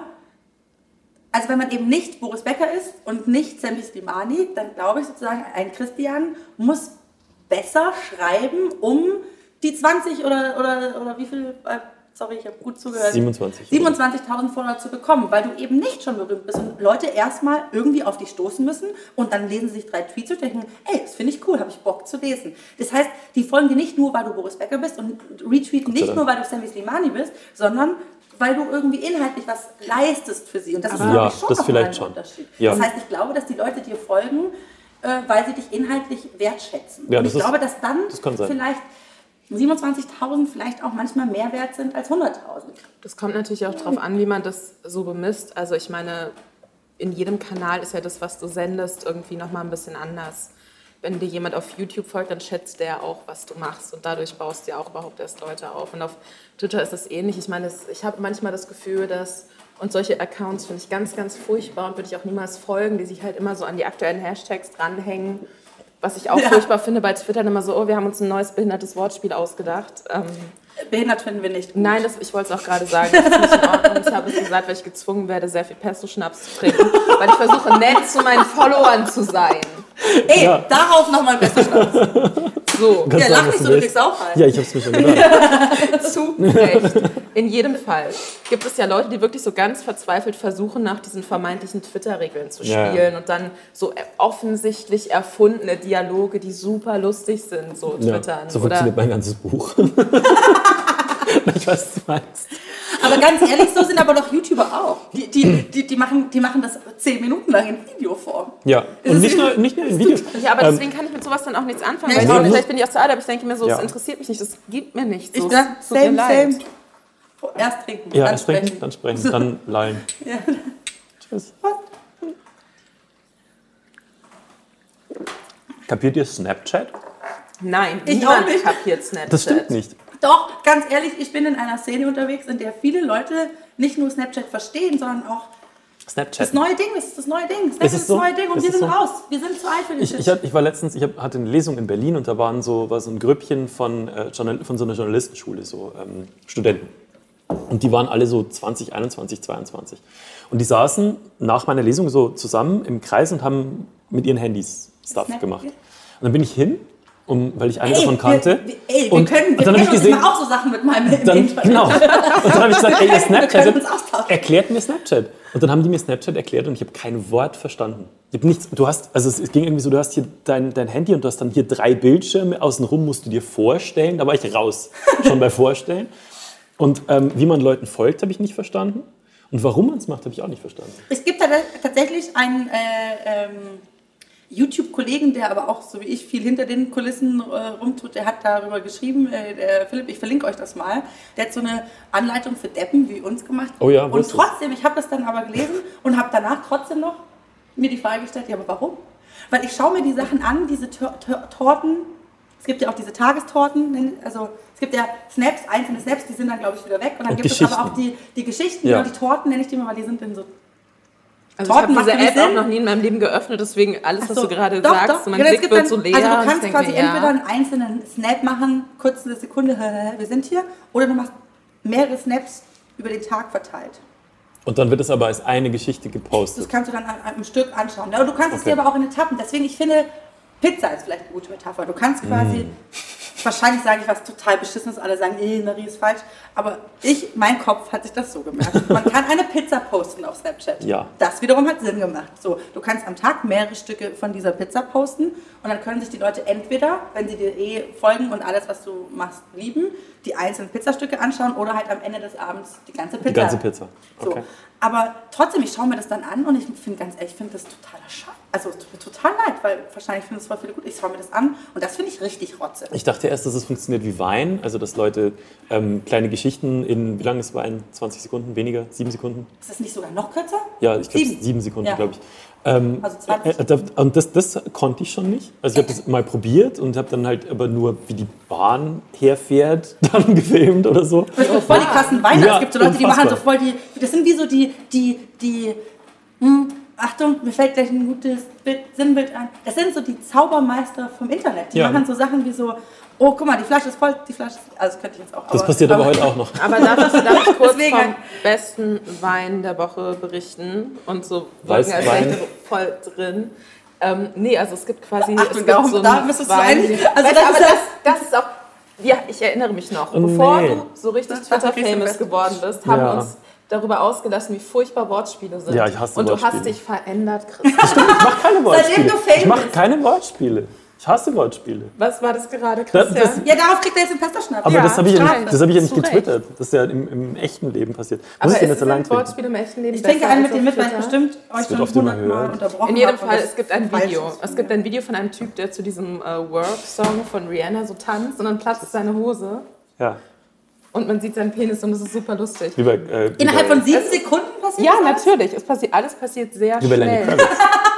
Speaker 4: Also wenn man eben nicht Boris Becker ist und nicht Sammy Slimani, dann glaube ich sozusagen, ein Christian muss besser schreiben, um die zwanzig oder, oder, oder wie viel... Äh, Sorry, ich habe gut zugehört.
Speaker 1: siebenundzwanzig.
Speaker 4: siebenundzwanzigtausend Follower zu bekommen, weil du eben nicht schon berühmt bist und Leute erstmal irgendwie auf dich stoßen müssen und dann lesen sie sich drei Tweets und denken, ey, das finde ich cool, habe ich Bock zu lesen. Das heißt, die folgen dir nicht nur, weil du Boris Becker bist und retweeten nicht
Speaker 1: Dank.
Speaker 4: nur, weil du Sammy Slimani bist, sondern weil du irgendwie inhaltlich was leistest für sie. Und das ist,
Speaker 1: Aber
Speaker 4: glaube
Speaker 1: ja,
Speaker 4: ich, schon
Speaker 1: das
Speaker 4: noch
Speaker 1: vielleicht
Speaker 4: mal ein
Speaker 1: schon.
Speaker 4: Unterschied.
Speaker 1: Ja.
Speaker 4: Das heißt, ich glaube, dass die Leute dir folgen, äh, weil sie dich inhaltlich wertschätzen.
Speaker 1: Ja,
Speaker 4: und
Speaker 1: das
Speaker 4: ich
Speaker 1: ist-
Speaker 4: glaube, dass dann
Speaker 1: das kann sein.
Speaker 4: vielleicht siebenundzwanzigtausend vielleicht auch manchmal mehr wert sind als hunderttausend.
Speaker 2: Das kommt natürlich auch darauf an, wie man das so bemisst. Also ich meine, in jedem Kanal ist ja das, was du sendest, irgendwie nochmal ein bisschen anders. Wenn dir jemand auf YouTube folgt, dann schätzt der auch, was du machst. Und dadurch baust du ja auch überhaupt erst Leute auf. Und auf Twitter ist es ähnlich. Ich meine, das, ich habe manchmal das Gefühl, dass, und solche Accounts finde ich ganz, ganz furchtbar und würde ich auch niemals folgen, die sich halt immer so an die aktuellen Hashtags dranhängen. Was ich auch
Speaker 4: Ja.
Speaker 2: furchtbar finde bei Twitter, immer so, oh, wir haben uns ein neues behindertes Wortspiel ausgedacht. Ähm,
Speaker 4: Behindert finden wir nicht. Gut.
Speaker 2: Nein, das, ich wollte es auch gerade sagen, das ist nicht in Ordnung. Ich habe es gesagt, weil ich gezwungen werde, sehr viel Pesto-Schnaps zu trinken, weil ich versuche, nett zu meinen Followern zu sein.
Speaker 4: Ey,
Speaker 1: Ja.
Speaker 4: darauf nochmal ein besser Schnaps.
Speaker 2: So,
Speaker 1: Kannst
Speaker 4: Ja,
Speaker 1: sagen,
Speaker 4: lach
Speaker 1: was
Speaker 4: nicht so,
Speaker 1: du
Speaker 4: du
Speaker 1: willst.
Speaker 4: kriegst auch einen.
Speaker 1: Ja, ich habe es mir schon gedacht.
Speaker 2: zu Recht. In jedem Fall gibt es ja Leute, die wirklich so ganz verzweifelt versuchen, nach diesen vermeintlichen Twitter-Regeln zu
Speaker 1: Ja,
Speaker 2: spielen
Speaker 1: ja.
Speaker 2: und dann so offensichtlich erfundene Dialoge, die super lustig sind, so
Speaker 1: Ja,
Speaker 2: twittern.
Speaker 1: so
Speaker 2: Oder
Speaker 1: funktioniert mein ganzes Buch. Ich weiß, was du meinst.
Speaker 4: Aber ganz ehrlich, so sind aber doch YouTuber auch. Die, die, die, die, machen, die machen das zehn Minuten lang in Videoform.
Speaker 1: Ja, und nicht nur, nicht nur in Videos.
Speaker 2: Ja, aber
Speaker 1: Ähm,
Speaker 2: deswegen kann ich mit sowas dann auch nichts anfangen.
Speaker 4: Nee,
Speaker 2: Weil
Speaker 4: ich
Speaker 2: ich
Speaker 4: auch
Speaker 2: vielleicht
Speaker 4: nicht.
Speaker 2: bin ich auch zu alt, aber ich denke mir so,
Speaker 1: Ja.
Speaker 2: es interessiert mich nicht, das gibt mir nichts.
Speaker 4: Ich
Speaker 2: So,
Speaker 4: dachte,
Speaker 2: es tut mir
Speaker 4: same,
Speaker 2: leid.
Speaker 4: same. Erst trinken,
Speaker 1: Ja,
Speaker 4: dann
Speaker 1: erst sprechen,
Speaker 4: sprechen.
Speaker 1: dann sprechen, dann lallen.
Speaker 4: Ja.
Speaker 1: Tschüss. Kapiert ihr Snapchat?
Speaker 2: Nein,
Speaker 4: Ich
Speaker 2: niemand
Speaker 4: auch nicht.
Speaker 2: kapiert Snapchat.
Speaker 1: Das stimmt nicht.
Speaker 4: Doch, ganz ehrlich, ich bin in einer Szene unterwegs, in der viele Leute nicht nur Snapchat verstehen, sondern auch
Speaker 1: Snapchat.
Speaker 4: das neue Ding, das ist das neue Ding. Snapchat
Speaker 1: Ist es
Speaker 4: ist
Speaker 1: so?
Speaker 4: das neue Ding und
Speaker 1: Ist
Speaker 4: wir
Speaker 1: es
Speaker 4: sind
Speaker 1: so?
Speaker 4: raus. Wir sind zu alt für den
Speaker 1: Ich,
Speaker 4: Shit.
Speaker 1: ich, hab, ich war letztens, ich hab, hatte eine Lesung in Berlin und da waren so, war so ein Grüppchen von, äh, Journal- von so einer Journalistenschule, so ähm, Studenten. Und die waren alle so zwanzig, einundzwanzig, zweiundzwanzig. Und die saßen nach meiner Lesung so zusammen im Kreis und haben mit ihren Handys Stuff
Speaker 4: Snap-
Speaker 1: gemacht. Und dann bin ich hin, um, weil ich einen
Speaker 4: Ey,
Speaker 1: davon kannte.
Speaker 4: Wir, wir, ey, wir
Speaker 1: und,
Speaker 4: können, wir
Speaker 1: und dann habe ich
Speaker 4: kennen uns
Speaker 1: gesehen,
Speaker 4: immer auch so Sachen mit meinem im
Speaker 1: dann,
Speaker 4: Internet.
Speaker 1: genau. Und dann habe ich gesagt, ey, ihr
Speaker 4: Wir können uns
Speaker 1: Snapchat,
Speaker 4: austauschen.
Speaker 1: erklärt mir Snapchat. Und dann haben die mir Snapchat erklärt und ich habe kein Wort verstanden. Ich habe nichts, du hast, also es ging irgendwie so, du hast hier dein, dein Handy und du hast dann hier drei Bildschirme, außenrum musst du dir vorstellen, da war ich raus, schon bei Vorstellen. Und ähm, wie man Leuten folgt, habe ich nicht verstanden. Und warum man es macht, habe ich auch nicht verstanden.
Speaker 4: Es gibt tats- tatsächlich einen äh, ähm, YouTube-Kollegen, der aber auch, so wie ich, viel hinter den Kulissen äh, rumtut. Der hat darüber geschrieben, äh, der Philipp, ich verlinke euch das mal. Der hat so eine Anleitung für Deppen wie uns gemacht.
Speaker 1: Oh ja, wo
Speaker 4: und
Speaker 1: ist das?
Speaker 4: trotzdem, ich habe das dann aber gelesen und habe danach trotzdem noch mir die Frage gestellt, ja, aber warum? Weil ich schaue mir die Sachen an, diese Tor- Tor- Torten. Es gibt ja auch diese Tagestorten, also es gibt ja Snaps, einzelne Snaps, die sind dann, glaube ich, wieder weg. Und dann
Speaker 1: Und
Speaker 4: gibt es aber
Speaker 1: Geschichten.
Speaker 4: auch die, die Geschichten,
Speaker 1: Ja.
Speaker 4: genau, die Torten nenne ich die mal, weil die sind in so
Speaker 2: Also
Speaker 4: Torten
Speaker 2: ich habe
Speaker 4: macht
Speaker 2: diese
Speaker 4: für mich
Speaker 2: App auch
Speaker 4: Sinn.
Speaker 2: noch nie in meinem Leben geöffnet, deswegen alles, was
Speaker 4: So,
Speaker 2: du gerade
Speaker 4: doch,
Speaker 2: sagst,
Speaker 4: doch.
Speaker 2: mein
Speaker 4: Genau, es
Speaker 2: Blick
Speaker 4: gibt
Speaker 2: wird
Speaker 4: dann-
Speaker 2: so leer.
Speaker 4: Also du
Speaker 2: und ich
Speaker 4: kannst
Speaker 2: denk
Speaker 4: quasi
Speaker 2: mir, ja.
Speaker 4: entweder einen einzelnen Snap machen, kurz eine Sekunde, wir sind hier, oder du machst mehrere Snaps über den Tag verteilt.
Speaker 1: Und dann wird es aber als eine Geschichte
Speaker 4: Das
Speaker 1: gepostet.
Speaker 4: kannst du dann an einem Stück anschauen. Ja, und du kannst es
Speaker 1: Okay.
Speaker 4: dir aber auch in Etappen. Deswegen, ich finde, Pizza ist vielleicht eine gute Metapher. Du kannst quasi,
Speaker 1: Mm.
Speaker 4: wahrscheinlich sage ich was total Beschissenes, alle sagen, eh, Marie ist falsch, aber ich, mein Kopf hat sich das so gemerkt. Man kann eine Pizza posten auf Snapchat.
Speaker 1: Ja.
Speaker 4: Das wiederum hat Sinn gemacht. So, du kannst am Tag mehrere Stücke von dieser Pizza posten und dann können sich die Leute entweder, wenn sie dir eh folgen und alles, was du machst, lieben, die einzelnen Pizzastücke anschauen oder halt am Ende des Abends die ganze Pizza.
Speaker 1: Die ganze Pizza.
Speaker 4: So.
Speaker 1: Okay.
Speaker 4: Aber trotzdem, ich schaue mir das dann an und ich finde ganz ehrlich, ich finde das totaler Scheiß. Also es tut mir total leid, weil wahrscheinlich finden es voll viele gut. Ich schaue mir das an und das finde ich richtig rotze.
Speaker 1: Ich dachte erst, dass es funktioniert wie Wein, also dass Leute ähm, kleine Geschichten in, wie lange ist Wein? zwanzig Sekunden, weniger? sieben Sekunden?
Speaker 4: Ist das nicht sogar noch kürzer?
Speaker 1: Ja, ich glaube
Speaker 4: Sieben.
Speaker 1: sieben Sekunden,
Speaker 4: Ja.
Speaker 1: glaube ich. Ähm,
Speaker 4: Also zwanzig.
Speaker 1: äh, da- und das, das konnte ich schon nicht. Also ich habe das mal probiert und habe dann halt aber nur, wie die Bahn herfährt, dann gefilmt oder so.
Speaker 4: Es gibt voll die krassen Weine.
Speaker 1: Ja,
Speaker 4: Es gibt so Leute, die machen so
Speaker 1: unfassbar.
Speaker 4: voll die. Das sind wie so die, die, die. Hm, Achtung, mir fällt gleich ein gutes Bild, Sinnbild ein. Das sind so die Zaubermeister vom Internet. Die
Speaker 1: Ja.
Speaker 4: machen so Sachen wie so, oh, guck mal, die Flasche ist voll, die Flasche ist. Also, das könnte ich jetzt auch.
Speaker 1: Das passiert aber heute auch noch.
Speaker 2: Aber darf ich, darf ich kurz
Speaker 4: Deswegen-
Speaker 2: vom besten Wein der Woche berichten und so wirken, als
Speaker 1: Weißwein.
Speaker 2: wäre ich voll drin. Ähm, nee, also es gibt quasi
Speaker 4: Achtung,
Speaker 2: es gibt
Speaker 4: darum-
Speaker 2: so einen
Speaker 4: da müsstest du
Speaker 2: Wein,
Speaker 4: ein-
Speaker 2: den-
Speaker 4: also
Speaker 2: Weißt
Speaker 4: das
Speaker 2: du, aber
Speaker 4: ist ja-
Speaker 2: das, das ist auch, ja, ich erinnere mich noch,
Speaker 1: Oh,
Speaker 2: bevor
Speaker 1: nee.
Speaker 2: du so richtig
Speaker 4: Das war wirklich
Speaker 2: Twitter-famous
Speaker 4: so
Speaker 2: geworden bist, haben
Speaker 1: Ja.
Speaker 2: wir uns darüber ausgelassen, wie furchtbar Wortspiele sind.
Speaker 1: Ja, ich hasse
Speaker 2: Und du
Speaker 1: Wortspiele.
Speaker 2: hast dich verändert, Christian.
Speaker 1: Ich mache keine Wortspiele.
Speaker 4: du famous
Speaker 1: Ich mache keine Wortspiele. Ich hasse Wortspiele.
Speaker 2: Was war das gerade,
Speaker 1: Das-
Speaker 2: Christian?
Speaker 1: das-
Speaker 4: Ja, darauf kriegt er jetzt den Pasta-Schnaps.
Speaker 1: Aber
Speaker 2: Ja,
Speaker 1: das habe ich, ja
Speaker 2: Strafe.
Speaker 1: nicht- das hab ich ja nicht
Speaker 2: Zu Recht.
Speaker 1: getwittert. Das ist ja im, im echten Leben passiert. Muss
Speaker 2: aber
Speaker 1: ich denn
Speaker 2: es
Speaker 1: jetzt allein
Speaker 2: sind
Speaker 1: trinken?
Speaker 2: Wortspiele im echten Leben
Speaker 4: Ich trinke
Speaker 2: besser
Speaker 4: einen
Speaker 2: als
Speaker 4: mit
Speaker 2: auf
Speaker 4: dem mit, weil ich
Speaker 2: Twitter?
Speaker 4: bestimmt euch
Speaker 1: wird
Speaker 4: schon
Speaker 1: oft immer
Speaker 4: hundertmal
Speaker 1: gehört.
Speaker 4: unterbrochen
Speaker 2: In jedem
Speaker 4: habe und
Speaker 2: Fall,
Speaker 4: das
Speaker 2: es gibt ein
Speaker 4: falsch
Speaker 2: Video.
Speaker 4: ist.
Speaker 2: Es gibt ein Video von einem Typ, der zu diesem äh, Work-Song von Rihanna so tanzt und dann platzt seine Hose
Speaker 1: Ja,
Speaker 2: und man sieht seinen Penis und das ist super lustig.
Speaker 1: wie bei, äh, wie
Speaker 4: Innerhalb
Speaker 1: bei,
Speaker 4: von sieben Sekunden passiert
Speaker 2: Ja,
Speaker 4: das alles?
Speaker 2: natürlich. Es passiert, alles passiert sehr
Speaker 1: wie bei Lenny
Speaker 2: schnell.
Speaker 1: Kravitz.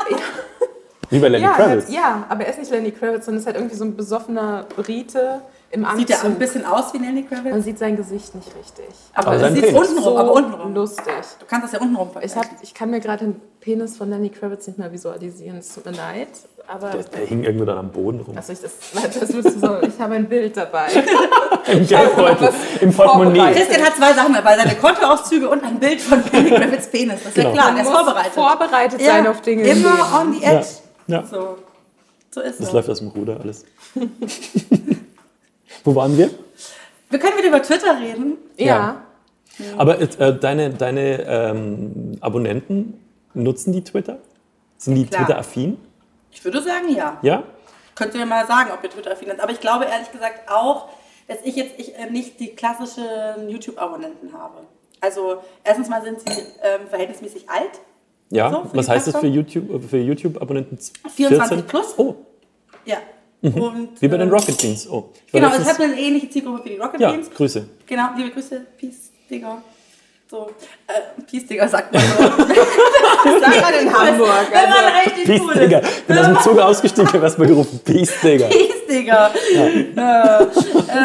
Speaker 1: Wie bei Lenny
Speaker 2: Ja,
Speaker 1: Kravitz.
Speaker 2: halt, ja, aber er ist nicht Lenny Kravitz, sondern ist halt irgendwie so ein besoffener Brite im Anzug.
Speaker 4: Sieht er ein bisschen aus wie Lenny Kravitz?
Speaker 2: Man sieht sein Gesicht nicht richtig.
Speaker 4: Aber
Speaker 1: Aber
Speaker 4: es
Speaker 1: sein
Speaker 4: sieht
Speaker 1: Penis.
Speaker 4: untenrum,
Speaker 2: so
Speaker 4: aber untenrum.
Speaker 2: lustig.
Speaker 4: Du kannst das ja untenrum
Speaker 2: Ich, hab, ich kann mir gerade den Penis von Lenny Kravitz nicht mehr visualisieren. Es tut mir leid. Aber
Speaker 1: Der, der hing irgendwo dann am Boden rum.
Speaker 2: also ich, das, das willst du so, ich habe ein Bild dabei.
Speaker 1: Im Geldbeutel, im Portemonnaie.
Speaker 2: vorbereitet.
Speaker 4: Christian hat zwei Sachen dabei, seine Kontoauszüge und ein Bild von Lenny Kravitz Penis. Das ist ja
Speaker 1: Genau.
Speaker 4: klar,
Speaker 2: Man
Speaker 4: der ist
Speaker 2: muss
Speaker 4: vorbereitet.
Speaker 2: vorbereitet sein auf Dinge im
Speaker 4: Immer
Speaker 2: Leben.
Speaker 4: on the edge.
Speaker 1: Ja, ja.
Speaker 4: So, so ist
Speaker 1: Das
Speaker 4: es.
Speaker 1: läuft aus dem Ruder alles. Wo waren wir?
Speaker 4: Wir können wieder über Twitter reden.
Speaker 2: Ja.
Speaker 1: Ja. Aber äh, deine, deine ähm, Abonnenten, nutzen die Twitter? Sind die
Speaker 4: Klar.
Speaker 1: Twitter-affin?
Speaker 4: Ich würde sagen, ja.
Speaker 1: Ja?
Speaker 4: Könnt ihr mal sagen, ob ihr Twitter-affin seid. Aber ich glaube ehrlich gesagt auch, dass ich jetzt ich, äh, nicht die klassischen YouTube-Abonnenten habe. Also erstens mal sind sie ähm, verhältnismäßig alt.
Speaker 1: Ja,
Speaker 4: so,
Speaker 1: was heißt das für YouTube, für YouTube-Abonnenten?
Speaker 4: vierundzwanzig plus.
Speaker 1: Oh.
Speaker 4: Ja.
Speaker 1: Mhm.
Speaker 4: Und,
Speaker 1: wie bei den
Speaker 4: ähm,
Speaker 1: Rocket Beans. Oh. Ich war
Speaker 4: Genau, ich
Speaker 1: letztens-
Speaker 4: habe eine ähnliche Zielgruppe wie die Rocket
Speaker 1: Ja,
Speaker 4: Beans.
Speaker 1: Grüße.
Speaker 4: Genau, liebe Grüße, Peace, Digga. So, äh, Peace, Digga, sagt man so.
Speaker 2: Sag mal in Hamburg.
Speaker 4: Wenn man
Speaker 2: Also,
Speaker 4: richtig
Speaker 1: Peace,
Speaker 4: cool
Speaker 1: Digga.
Speaker 4: ist.
Speaker 1: Bin aus dem Zug ausgestiegen, hab erstmal gerufen, Peace, Digga.
Speaker 4: Peace, Digga. Ja. Äh,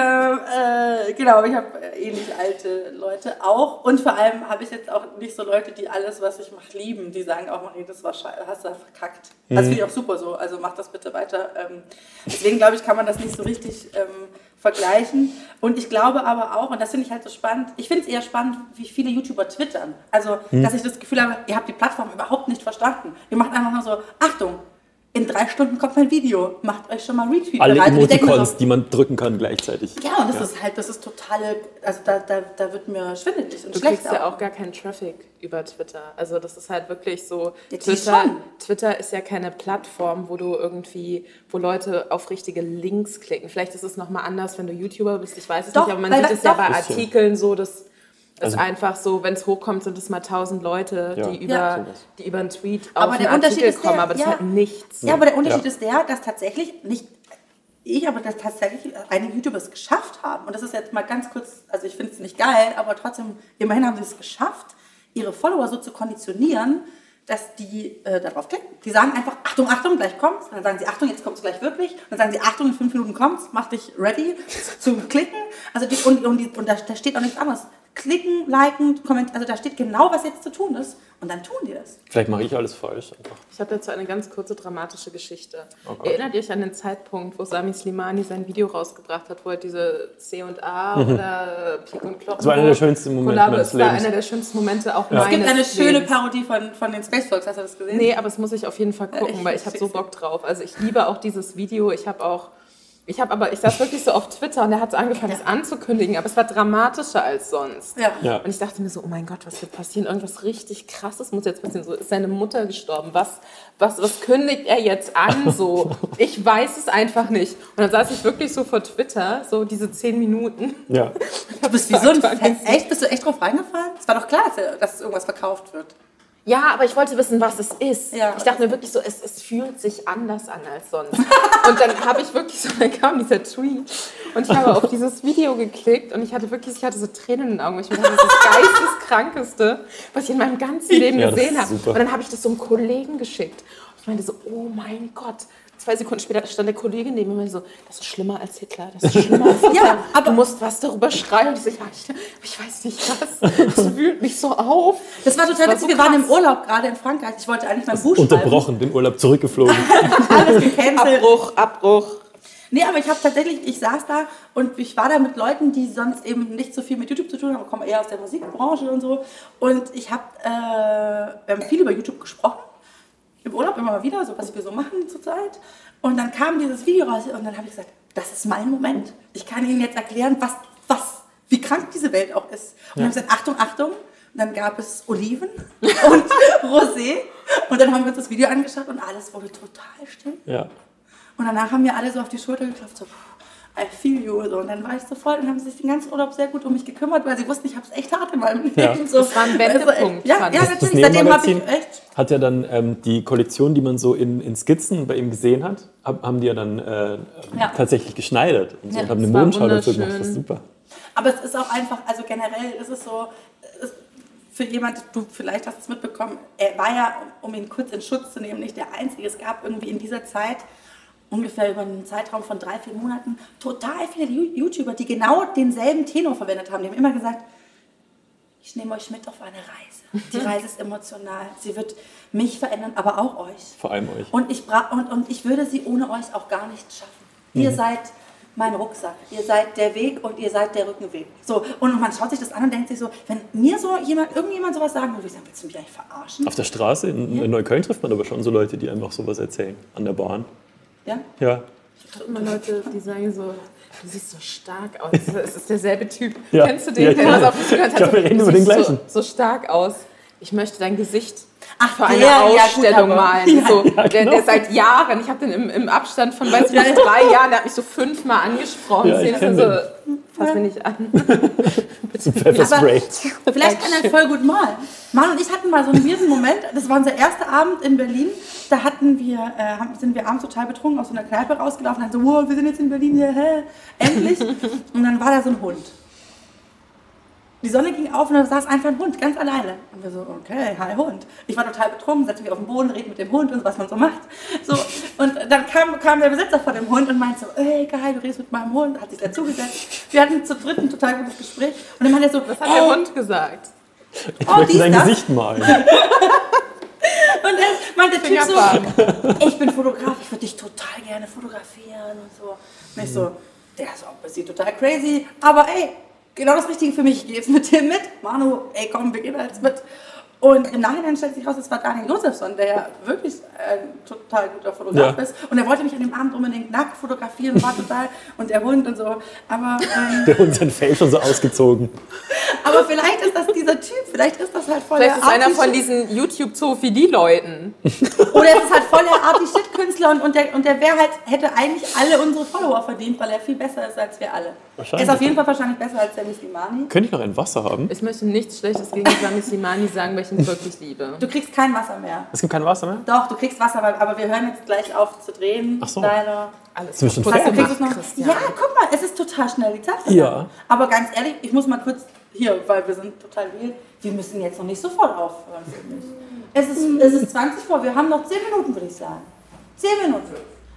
Speaker 4: äh, genau, aber ich habe ähnlich alte Leute auch. Und vor allem habe ich jetzt auch nicht so Leute, die alles, was ich mache, lieben. Die sagen auch, Marie, das war scheiße, hast du verkackt.
Speaker 1: Mhm.
Speaker 4: Das finde ich auch super so, also mach das bitte weiter. Ähm, deswegen glaube ich, kann man das nicht so richtig ähm, vergleichen. Und ich glaube aber auch, und das finde ich halt so spannend, ich finde es eher spannend, wie viele YouTuber twittern. Also,
Speaker 1: Hm.
Speaker 4: dass ich das Gefühl habe, ihr habt die Plattform überhaupt nicht verstanden. Ihr macht einfach nur so, Achtung, in drei Stunden kommt mein Video, macht euch schon mal Retweet
Speaker 1: Alle
Speaker 4: bereit. Und ich denke mir
Speaker 1: Emoticons,
Speaker 4: so,
Speaker 1: die man drücken kann gleichzeitig.
Speaker 4: ja, und das ist halt, das ist totale, also da, da, da wird mir schwindelig und
Speaker 2: Du
Speaker 4: schlecht.
Speaker 2: kriegst ja auch gar keinen Traffic über Twitter. Also das ist halt wirklich so,
Speaker 4: Ja, die
Speaker 2: Twitter,
Speaker 4: schon.
Speaker 2: Twitter ist ja keine Plattform, wo du irgendwie, wo Leute auf richtige Links klicken. Vielleicht ist es nochmal anders, wenn du YouTuber bist, ich weiß es
Speaker 4: Doch,
Speaker 2: nicht, aber man
Speaker 4: weil
Speaker 2: sieht
Speaker 4: das-
Speaker 2: es ja
Speaker 4: doch.
Speaker 2: bei
Speaker 1: Bisschen.
Speaker 2: Artikeln so, dass es
Speaker 1: Also-
Speaker 2: einfach so, wenn es hochkommt, sind es mal tausend Leute,
Speaker 1: Ja.
Speaker 2: die über,
Speaker 4: Ja.
Speaker 1: Sowas.
Speaker 2: die über einen Tweet
Speaker 4: Aber
Speaker 2: auf
Speaker 4: der
Speaker 2: einen
Speaker 4: Unterschied
Speaker 2: Artikel
Speaker 4: ist der-
Speaker 2: kommen, aber das
Speaker 4: ja.
Speaker 2: ist halt nichts.
Speaker 4: Ja, aber der Unterschied
Speaker 1: Ja.
Speaker 4: ist der, dass tatsächlich nicht ich, aber dass tatsächlich einige YouTuber es geschafft haben. Und das ist jetzt mal ganz kurz, also ich finde es nicht geil, aber trotzdem, immerhin haben sie es geschafft, ihre Follower so zu konditionieren, dass die äh, darauf klicken. Die sagen einfach, Achtung, Achtung, gleich kommt's. Und dann sagen sie, Achtung, jetzt kommt's gleich wirklich. Und dann sagen sie, Achtung, in fünf Minuten kommt's, mach dich ready zum Klicken. Also die, und, und, die, und da, da steht auch nichts anderes. Klicken, liken, kommentieren, also da steht genau, was jetzt zu tun ist. Und dann tun die das.
Speaker 1: Vielleicht mache ich alles falsch. Einfach.
Speaker 2: Ich habe dazu eine ganz kurze dramatische Geschichte.
Speaker 1: Oh Gott.
Speaker 2: Erinnert ihr euch an den Zeitpunkt, wo Sami Slimani sein Video rausgebracht hat, wo er diese C und A oder Pik und Kloppenburg
Speaker 1: Das war einer der schönsten Momente
Speaker 2: Kollabo,
Speaker 1: meines
Speaker 2: es war
Speaker 1: Lebens.
Speaker 2: einer der schönsten Momente auch
Speaker 1: Ja.
Speaker 2: meines
Speaker 4: Es gibt eine schöne
Speaker 2: Lebens.
Speaker 4: Parodie von, von den Space Folks, hast du das gesehen?
Speaker 2: Nee, aber das muss ich auf jeden Fall gucken,
Speaker 4: Ich-
Speaker 2: weil ich
Speaker 4: ich
Speaker 2: habe so
Speaker 4: schick's
Speaker 2: Bock drauf. Also ich liebe auch dieses Video. Ich habe auch, ich habe aber, ich saß wirklich so auf Twitter und er hat so angefangen, das anzukündigen, aber es war dramatischer als sonst.
Speaker 4: Ja.
Speaker 1: Ja.
Speaker 2: Und ich dachte mir so, oh mein Gott, was wird passieren? Irgendwas richtig Krasses muss jetzt passieren. So, ist seine Mutter gestorben? Was, was, was kündigt er jetzt an? So, ich weiß es einfach nicht. Und dann saß ich wirklich so vor Twitter, so diese zehn Minuten.
Speaker 1: Ja.
Speaker 4: Du bist wie so ein
Speaker 2: Aktualisiert.
Speaker 4: Fan. Echt? Bist du echt drauf reingefallen? Es war doch klar, dass, er- dass irgendwas verkauft wird.
Speaker 2: Ja, aber ich wollte wissen, was es ist.
Speaker 4: Ja.
Speaker 2: Ich dachte mir wirklich so, es, es fühlt sich anders an als sonst. Und dann habe ich wirklich so, dann kam dieser Tweet und ich habe auf dieses Video geklickt und ich hatte wirklich, ich hatte so Tränen in den Augen. Ich dachte, das ist das Geisteskrankeste, was ich in meinem ganzen Leben
Speaker 1: Ja, das
Speaker 2: gesehen
Speaker 1: ist
Speaker 2: habe.
Speaker 1: super.
Speaker 2: Und dann habe ich das so einem Kollegen geschickt. Und ich meinte so, oh mein Gott. Zwei Sekunden später stand der Kollege neben mir und meinte so, das ist schlimmer als Hitler, das ist schlimmer als Hitler.
Speaker 4: Ja, aber-
Speaker 2: du musst was darüber schreien. Und ich so, ja, ich, ich weiß nicht was. Das wühlt mich so auf.
Speaker 4: Das war total
Speaker 2: war
Speaker 4: witzig.
Speaker 2: so
Speaker 4: Wir waren im
Speaker 2: krass.
Speaker 4: Urlaub gerade in Frankreich. Ich wollte eigentlich mein Buch schreiben.
Speaker 1: Unterbrochen, den Urlaub zurückgeflogen.
Speaker 4: Alles gecancelt.
Speaker 2: Abbruch, Abbruch.
Speaker 4: Nee, aber ich habe tatsächlich, ich saß da und ich war da mit Leuten, die sonst eben nicht so viel mit YouTube zu tun haben, kommen eher aus der Musikbranche und so. Und ich habe, äh, wir haben viel über YouTube gesprochen. Im Urlaub immer mal wieder, so was wir so machen zurzeit. Und dann kam dieses Video raus und dann habe ich gesagt, das ist mein Moment. Ich kann Ihnen jetzt erklären, was, was, wie krank diese Welt auch ist. Und dann habe ich gesagt, Achtung, Achtung. Und dann gab es Oliven und Rosé. Und dann haben wir uns das Video angeschaut und alles wurde total still.
Speaker 1: Ja.
Speaker 4: Und danach haben mir alle so auf die Schulter geklopft, so, I feel you. So. Und dann war ich so voll und haben sich den ganzen Urlaub sehr gut um mich gekümmert, weil sie wussten, ich habe es echt hart in meinem Leben.
Speaker 1: Ja.
Speaker 4: So.
Speaker 2: Das war ein Wendepunkt,
Speaker 4: echt- Ja,
Speaker 2: fand
Speaker 4: ja
Speaker 2: ich.
Speaker 1: Das
Speaker 4: natürlich. Seitdem habe ich
Speaker 1: Nebenmagazin
Speaker 4: echt.
Speaker 1: hat ja dann ähm, die Kollektion, die man so in, in Skizzen bei ihm gesehen hat, hab, haben die ja dann äh,
Speaker 4: Ja.
Speaker 1: tatsächlich geschneidert und, so
Speaker 4: Ja,
Speaker 1: und haben eine
Speaker 2: das war
Speaker 1: Modenschau dazu gemacht.
Speaker 2: wunderschön.
Speaker 1: Das ist super.
Speaker 4: Aber es ist auch einfach, also generell ist es so, es, für jemand, du vielleicht hast es mitbekommen, er war ja, um ihn kurz in Schutz zu nehmen, nicht der Einzige. Es gab irgendwie in dieser Zeit, ungefähr über einen Zeitraum von drei, vier Monaten, total viele YouTuber, die genau denselben Tenor verwendet haben. Die haben immer gesagt, ich nehme euch mit auf eine Reise. Die Reise ist emotional. Sie wird mich verändern, aber auch euch.
Speaker 1: Vor allem euch.
Speaker 4: Und ich, bra und, und ich würde sie ohne euch auch gar nicht schaffen. Ihr seid mein Rucksack, ihr seid der Weg und ihr seid der Rückenweg. So, und man schaut sich das an und denkt sich so, wenn mir so jemand, irgendjemand sowas sagen würde, würde ich sagen, willst du mich eigentlich verarschen?
Speaker 1: Auf der Straße in, in Neukölln trifft man aber schon so Leute, die einem auch sowas erzählen. An der Bahn.
Speaker 4: Ja?
Speaker 1: Ja.
Speaker 2: Ich habe immer Leute, die sagen so, du siehst so stark aus. Es ist derselbe Typ.
Speaker 1: Ja.
Speaker 2: Kennst du den?
Speaker 1: Ja, ich
Speaker 2: der
Speaker 1: kenn
Speaker 2: das
Speaker 1: den.
Speaker 2: auf mich gehört
Speaker 1: Ich glaub, wir reden
Speaker 2: du
Speaker 1: über den
Speaker 2: siehst
Speaker 1: gleichen.
Speaker 2: So, so stark aus. Ich möchte dein Gesicht
Speaker 4: Ach,
Speaker 2: für eine
Speaker 4: der, ja, gut,
Speaker 2: Ausstellung
Speaker 4: aber-
Speaker 2: malen.
Speaker 4: Ja.
Speaker 2: So,
Speaker 1: Ja,
Speaker 2: der,
Speaker 1: genau.
Speaker 2: der seit Jahren, ich habe den im, im Abstand von, weiß ich nicht, drei Jahren, der hat mich so fünfmal angesprochen.
Speaker 1: Ja, ich
Speaker 2: Zehn
Speaker 1: kenn
Speaker 2: so, fass mich nicht an.
Speaker 1: Pfefferspray.
Speaker 4: Vielleicht kann er voll gut malen. Manu und ich hatten mal so einen weirden Moment, das war unser erster Abend in Berlin, da hatten wir, äh, haben- sind wir abends total betrunken aus so einer Kneipe rausgelaufen und dann so, wow, wir sind jetzt in Berlin, ja, hä, endlich. Und dann war da so ein Hund. Die Sonne ging auf und da saß einfach ein Hund, ganz alleine. Und wir so, okay, hi Hund. Ich war total betrunken, setzte mich auf den Boden, redete mit dem Hund und was man so macht. So, und dann kam, kam der Besitzer von dem Hund und meinte so, ey, geil, du redest mit meinem Hund, hat sich dazugesetzt. Wir hatten zu dritt ein total gutes Gespräch. Und dann meinte er so,
Speaker 2: Was hat der Hund gesagt?
Speaker 1: Ich
Speaker 4: Oh,
Speaker 1: möchte
Speaker 4: dies,
Speaker 1: dein
Speaker 4: das.
Speaker 1: Gesicht malen.
Speaker 4: Und dann meinte der Typ so,
Speaker 2: Fingerfarben.
Speaker 4: ich bin Fotograf, ich würde dich total gerne fotografieren und so. Und ich so, der ist auch ein bisschen total crazy, aber ey, genau das Richtige für mich, ich gehe jetzt mit dem mit. Manu, ey komm, wir gehen da jetzt mit. Und im Nachhinein stellt sich raus, es war Daniel Josefsson, der ja wirklich ein total guter Fotograf
Speaker 1: Ja.
Speaker 4: ist. Und er wollte mich an dem Abend unbedingt nackt fotografieren und war total, und der Hund und so. Aber, ähm,
Speaker 1: Der Hund sein Fell schon so ausgezogen.
Speaker 4: aber vielleicht ist das dieser Typ, vielleicht ist das halt voll
Speaker 2: Vielleicht
Speaker 4: der
Speaker 2: ist einer von
Speaker 4: Arty-Shit.
Speaker 2: diesen YouTube-Zoophilie-Leuten.
Speaker 4: Oder es ist halt voll der Arty-Shit-Künstler und, und der, und der wär halt, hätte eigentlich alle unsere Follower verdient, weil er viel besser ist als wir alle. Er
Speaker 1: Wahrscheinlich.
Speaker 4: ist auf jeden Fall wahrscheinlich besser als der Mislimani.
Speaker 1: Könnte ich noch ein Wasser haben?
Speaker 2: Ich möchte nichts Schlechtes gegen Sami Slimani sagen, weil ich ihn wirklich liebe.
Speaker 4: Du kriegst kein Wasser mehr.
Speaker 1: Es gibt kein Wasser mehr?
Speaker 4: Doch, du kriegst Wasser, aber aber wir hören jetzt gleich auf zu drehen.
Speaker 1: Ach so.
Speaker 4: Leider.
Speaker 2: Alles
Speaker 1: Zwischen
Speaker 2: kaputt
Speaker 4: Hast du, kriegst
Speaker 2: gemacht,
Speaker 4: es noch?
Speaker 2: Christian.
Speaker 4: Ja, guck mal, es ist total schnell die Zeit.
Speaker 1: Ja.
Speaker 4: Aber ganz ehrlich, ich muss mal kurz hier, weil wir sind total wild. Wir müssen jetzt noch nicht sofort aufhören, finde ich. Es ist, es ist zwanzig vor, wir haben noch zehn Minuten, würde ich sagen. zehn Minuten.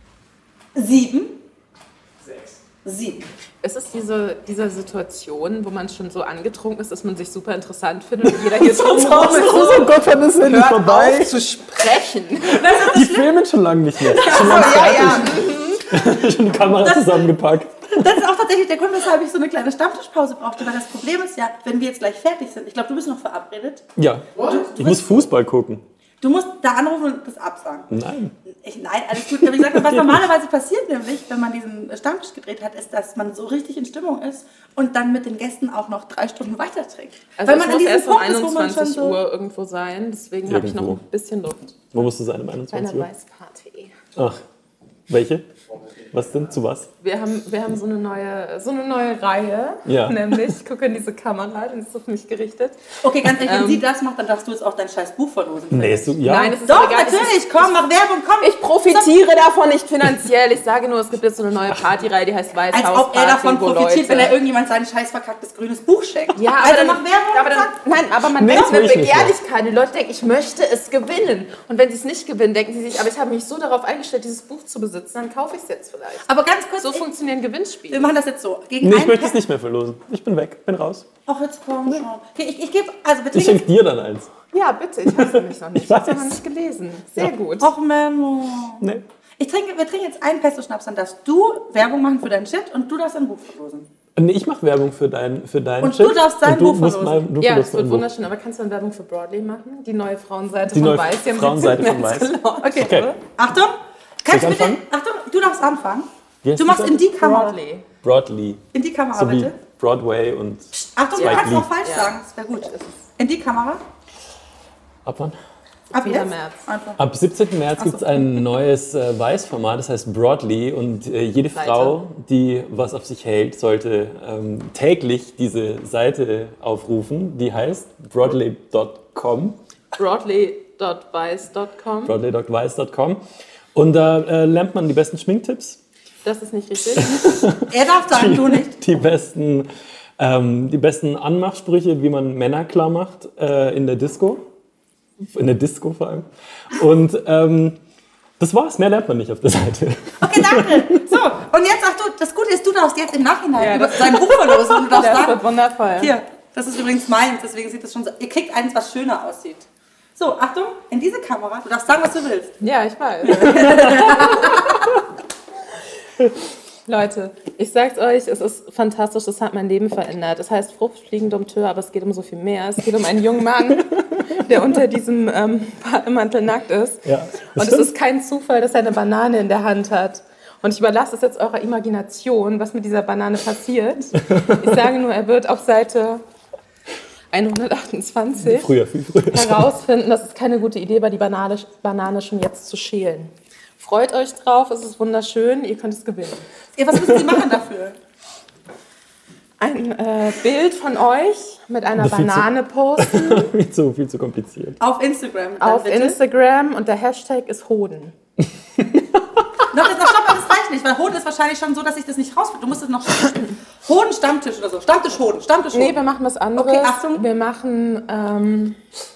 Speaker 4: Sieben.
Speaker 5: Sechs.
Speaker 4: Sieben.
Speaker 2: Es ist diese, diese Situation, wo man schon so angetrunken ist, dass man sich super interessant findet und jeder hier drumherum ist so,
Speaker 1: Oh Gott, wann ist endlich
Speaker 2: hört auf zu sprechen.
Speaker 1: Die filmen schon lange nicht mehr. Schon
Speaker 2: Oh,
Speaker 1: lang
Speaker 2: ja, ja.
Speaker 1: fertig. Schon die Kamera zusammengepackt.
Speaker 4: Das ist auch tatsächlich der Grund, weshalb ich so eine kleine Stammtischpause brauchte, weil das Problem ist ja, wenn wir jetzt gleich fertig sind, ich glaube, du bist noch verabredet,
Speaker 1: Ja. Ich muss Fußball gucken.
Speaker 4: du musst da anrufen und das absagen.
Speaker 1: Nein.
Speaker 4: Ich, nein, alles gut. Aber wie gesagt, was normalerweise passiert nämlich, wenn man diesen Stammtisch gedreht hat, ist, dass man so richtig in Stimmung ist und dann mit den Gästen auch noch drei Stunden weiter trinkt.
Speaker 2: Also
Speaker 4: weil
Speaker 2: es
Speaker 4: man an
Speaker 2: muss
Speaker 4: diesem
Speaker 2: erst um
Speaker 4: Punkt ist, wo man schon
Speaker 2: einundzwanzig
Speaker 4: so...
Speaker 2: Uhr irgendwo sein, deswegen habe ich noch
Speaker 1: Irgendwo.
Speaker 2: ein bisschen Luft.
Speaker 1: Wo musst du sein um
Speaker 2: Bei einer
Speaker 1: einundzwanzig Uhr?
Speaker 2: Weißparty.
Speaker 1: Ach. Welche? Was denn? Zu was?
Speaker 2: Wir haben, wir haben so, eine neue, so eine neue Reihe,
Speaker 1: Ja.
Speaker 2: nämlich, ich gucke in diese Kamera, die ist auf mich gerichtet.
Speaker 4: Okay, ganz ehrlich, wenn
Speaker 2: Ähm.
Speaker 4: sie das macht, dann darfst du jetzt auch dein scheiß Buch verlosen.
Speaker 1: Nee, ist du, ja.
Speaker 2: Nein, es ist
Speaker 4: Doch,
Speaker 2: aber egal. es
Speaker 4: natürlich, komm, mach Werbung, komm.
Speaker 2: Ist, ich profitiere davon nicht finanziell. Ich sage nur, es gibt jetzt so eine neue Partyreihe, die heißt Weißhaus
Speaker 4: Als ob er davon
Speaker 2: wo
Speaker 4: profitiert,
Speaker 2: Leute-
Speaker 4: wenn er irgendjemand sein scheiß verkacktes grünes Buch schenkt.
Speaker 2: Ja, aber
Speaker 4: also
Speaker 2: dann,
Speaker 4: mach Werbung,
Speaker 2: aber dann,
Speaker 4: zack.
Speaker 2: nein, aber man
Speaker 1: Nee,
Speaker 2: denkt
Speaker 1: das will
Speaker 2: eine
Speaker 1: ich nicht mehr.
Speaker 2: Begehrlichkeit. Die Leute denken, ich möchte es gewinnen. Und wenn sie es nicht gewinnen, denken sie sich, aber ich habe mich so darauf eingestellt, dieses Buch zu besitzen, dann kaufe ich es jetzt vielleicht.
Speaker 4: Aber ganz kurz,
Speaker 2: So
Speaker 4: ich,
Speaker 2: funktionieren
Speaker 4: wir
Speaker 2: Gewinnspiele.
Speaker 4: machen das jetzt so. Gegen
Speaker 1: Nee, ich
Speaker 4: einen
Speaker 1: möchte es
Speaker 4: Pe-
Speaker 1: nicht mehr verlosen. Ich bin weg, bin raus.
Speaker 4: Ach, jetzt komm schon. Okay, ich, ich gebe, also wir
Speaker 1: Ich
Speaker 4: trinken
Speaker 1: schenke dir dann eins.
Speaker 2: Ja, bitte, ich hasse mich noch nicht.
Speaker 1: Ich
Speaker 2: Ich habe es
Speaker 1: weiß.
Speaker 2: noch nicht gelesen. Sehr gut.
Speaker 4: Och, Menno.
Speaker 1: Nee.
Speaker 4: Ich trinke, wir trinken jetzt einen Pesto-Schnaps, dann darfst du Werbung machen für deinen Shit und du darfst ein Buch verlosen.
Speaker 1: Nee, ich mache Werbung für dein für deinen
Speaker 4: Und du
Speaker 1: Shit.
Speaker 4: darfst dein
Speaker 1: und du
Speaker 4: Buch
Speaker 1: musst
Speaker 4: verlosen.
Speaker 1: mal, du
Speaker 2: Ja,
Speaker 1: verlosst
Speaker 2: das wird
Speaker 1: mein Buch.
Speaker 2: wunderschön. Aber kannst du eine Werbung für Broadly machen? Die neue Frauenseite
Speaker 1: Die
Speaker 2: von
Speaker 1: neue
Speaker 2: Weiß. Die haben
Speaker 1: Frauenseite
Speaker 2: siebten
Speaker 1: von
Speaker 2: März
Speaker 1: Weiß.
Speaker 2: gelauncht.
Speaker 4: Okay,
Speaker 1: Okay.
Speaker 4: Achtung. Kannst du
Speaker 1: ich
Speaker 4: bitte,
Speaker 1: anfangen?
Speaker 4: Achtung, du darfst anfangen.
Speaker 1: Wie heißt
Speaker 4: Du
Speaker 1: die
Speaker 4: machst in
Speaker 1: Seite?
Speaker 4: die Kamera.
Speaker 2: Broadly.
Speaker 1: Broadly.
Speaker 4: In die Kamera,
Speaker 1: So wie
Speaker 4: bitte.
Speaker 1: Broadway und
Speaker 4: Achtung, du
Speaker 1: Spike
Speaker 4: kannst
Speaker 1: Lee.
Speaker 4: auch falsch
Speaker 2: Ja.
Speaker 4: sagen, das wäre gut. In die Kamera.
Speaker 1: ab wann?
Speaker 4: Ab
Speaker 2: siebten
Speaker 4: jetzt.
Speaker 2: März.
Speaker 4: Einfach.
Speaker 1: Ab siebzehnten März gibt es ein neues äh, Weiß-Format, das heißt Broadly. Und äh, jede
Speaker 2: Seite.
Speaker 1: Frau, die was auf sich hält, sollte ähm, täglich diese Seite aufrufen. Die heißt broadly Punkt com.
Speaker 2: broadly Punkt weiß Punkt com.
Speaker 1: broadly Punkt weiß Punkt com. Und da äh, lernt man die besten Schminktipps,
Speaker 2: Das ist nicht richtig.
Speaker 4: Er darf sagen, du nicht.
Speaker 1: die besten, ähm, die besten Anmachsprüche, wie man Männer klar macht äh, in der Disco. In der Disco vor allem. Und ähm, das war's, mehr lernt man nicht auf der Seite.
Speaker 4: Okay, danke. So, und jetzt ach du, das Gute ist, du darfst jetzt im Nachhinein
Speaker 2: Ja,
Speaker 4: über
Speaker 2: das-
Speaker 4: sein Buch verlosen und du darfst
Speaker 2: Das
Speaker 4: sagen,
Speaker 2: wird wundervoll.
Speaker 4: hier, das ist übrigens meins, deswegen sieht das schon so, ihr kriegt eins, was schöner aussieht. So, Achtung, in diese Kamera, du darfst sagen, was du willst.
Speaker 2: Ja, ich weiß. Leute, ich sag's euch, es ist fantastisch, das hat mein Leben verändert. Es heißt Fruchtfliegendompteur, aber es geht um so viel mehr. Es geht um einen jungen Mann, der unter diesem ähm, Mantel nackt ist.
Speaker 1: Ja, das
Speaker 2: Und es ist kein Zufall, dass er eine Banane in der Hand hat. Und ich überlasse es jetzt eurer Imagination, was mit dieser Banane passiert. Ich sage nur, er wird auf Seite hundertachtundzwanzig
Speaker 1: Früher, viel früher.
Speaker 2: herausfinden, dass es keine gute Idee war, die Banane, Banane schon jetzt zu schälen. Freut euch drauf, es ist wunderschön, ihr könnt es gewinnen.
Speaker 4: Ja, was müssen Sie machen dafür?
Speaker 2: Ein äh, Bild von euch mit einer
Speaker 1: Das ist viel zu-
Speaker 2: Banane posten
Speaker 1: viel, zu, viel zu kompliziert.
Speaker 4: Auf Instagram. dann
Speaker 2: auf
Speaker 4: bitte.
Speaker 2: Instagram und der Hashtag ist Hoden.
Speaker 4: Noch, das, stopp, das reicht nicht, weil Hoden ist wahrscheinlich schon so, dass ich das nicht rausfinde. Du musst es noch Hoden Stammtisch oder so. Stammtisch Hoden, Stammtisch Hoden.
Speaker 2: Nee, wir machen was anderes.
Speaker 4: Okay, Achtung.
Speaker 2: Wir machen ähm,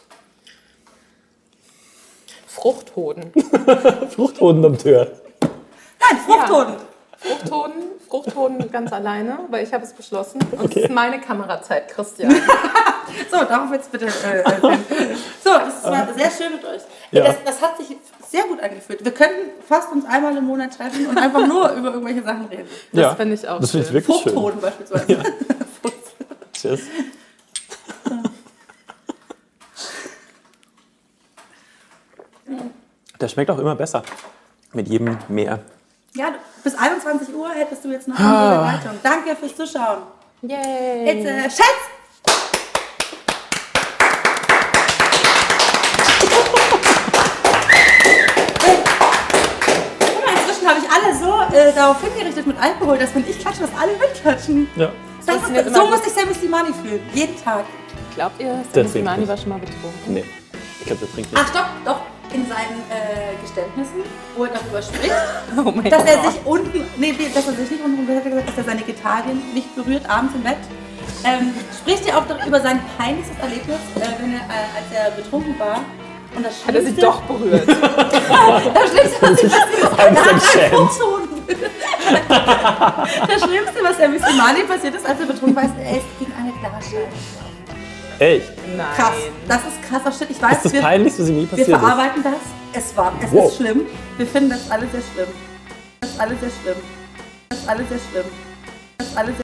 Speaker 2: Fruchthoden.
Speaker 1: Fruchthodendompteur.
Speaker 4: Nein, Fruchthoden.
Speaker 2: Fruchthoden, Fruchthoden ganz alleine, weil ich habe es beschlossen. Und
Speaker 1: Okay.
Speaker 2: es ist meine Kamerazeit, Christian.
Speaker 4: So, darauf jetzt bitte. Äh, äh, so, das war sehr schön mit euch.
Speaker 1: Ja.
Speaker 4: Das, das hat sich sehr gut angefühlt. Wir könnten fast uns einmal im Monat treffen und einfach nur über irgendwelche Sachen reden.
Speaker 2: Das
Speaker 1: Ja,
Speaker 2: finde ich auch
Speaker 1: Das finde ich
Speaker 2: schön.
Speaker 1: wirklich schön.
Speaker 4: Fruchthoden beispielsweise.
Speaker 1: Cheers. Der schmeckt auch immer besser. Mit jedem mehr.
Speaker 4: Ja, bis einundzwanzig Uhr hättest du jetzt noch unsere Begleitung. Danke fürs Zuschauen.
Speaker 2: Yay!
Speaker 4: Jetzt, äh, Schatz! Guck mal, inzwischen habe ich alle so äh, darauf hingerichtet mit Alkohol, dass wenn ich klatsche, dass alle mitklatschen.
Speaker 1: Ja.
Speaker 4: Das
Speaker 2: funktioniert
Speaker 4: ist,
Speaker 2: immer
Speaker 4: so
Speaker 2: gut.
Speaker 4: muss sich Sammy Slimani fühlen. Jeden Tag.
Speaker 2: Glaubt ihr,
Speaker 1: Der
Speaker 2: Sammy
Speaker 1: trinkt
Speaker 2: Slimani
Speaker 1: nicht.
Speaker 2: war schon mal betrunken?
Speaker 1: Nee. Ich glaube, der trinkt nicht.
Speaker 4: Ach, stopp, doch. In seinen äh, Geständnissen, wo er darüber spricht,
Speaker 2: Oh mein
Speaker 4: dass er
Speaker 2: Gott.
Speaker 4: sich unten, nee, dass er sich nicht unten, er hat gesagt, dass er seine Gitarren nicht berührt abends im Bett. Ähm, spricht er auch doch über sein peinlichstes Erlebnis, äh, wenn er, äh, als er betrunken war. Und das
Speaker 2: Hat er sie doch berührt?
Speaker 4: Das Schlimmste, was ich passiert
Speaker 1: Eins
Speaker 4: ist,
Speaker 1: entschämt.
Speaker 4: das Schlimmste, was der Missimani passiert ist, als er betrunken war, ist, er ist gegen eine Glasscheibe.
Speaker 1: Echt?
Speaker 2: Nein.
Speaker 4: Krass, das ist krasser Shit. Ich weiß,
Speaker 1: Das ist das
Speaker 4: wir,
Speaker 1: Peinlichste, was ihm je
Speaker 4: wir
Speaker 1: passiert ist.
Speaker 4: verarbeiten das. Es war, es
Speaker 1: Wow.
Speaker 4: ist schlimm. Wir finden das alle sehr schlimm. Das ist alles sehr schlimm. Das ist alles sehr schlimm. Das ist alles sehr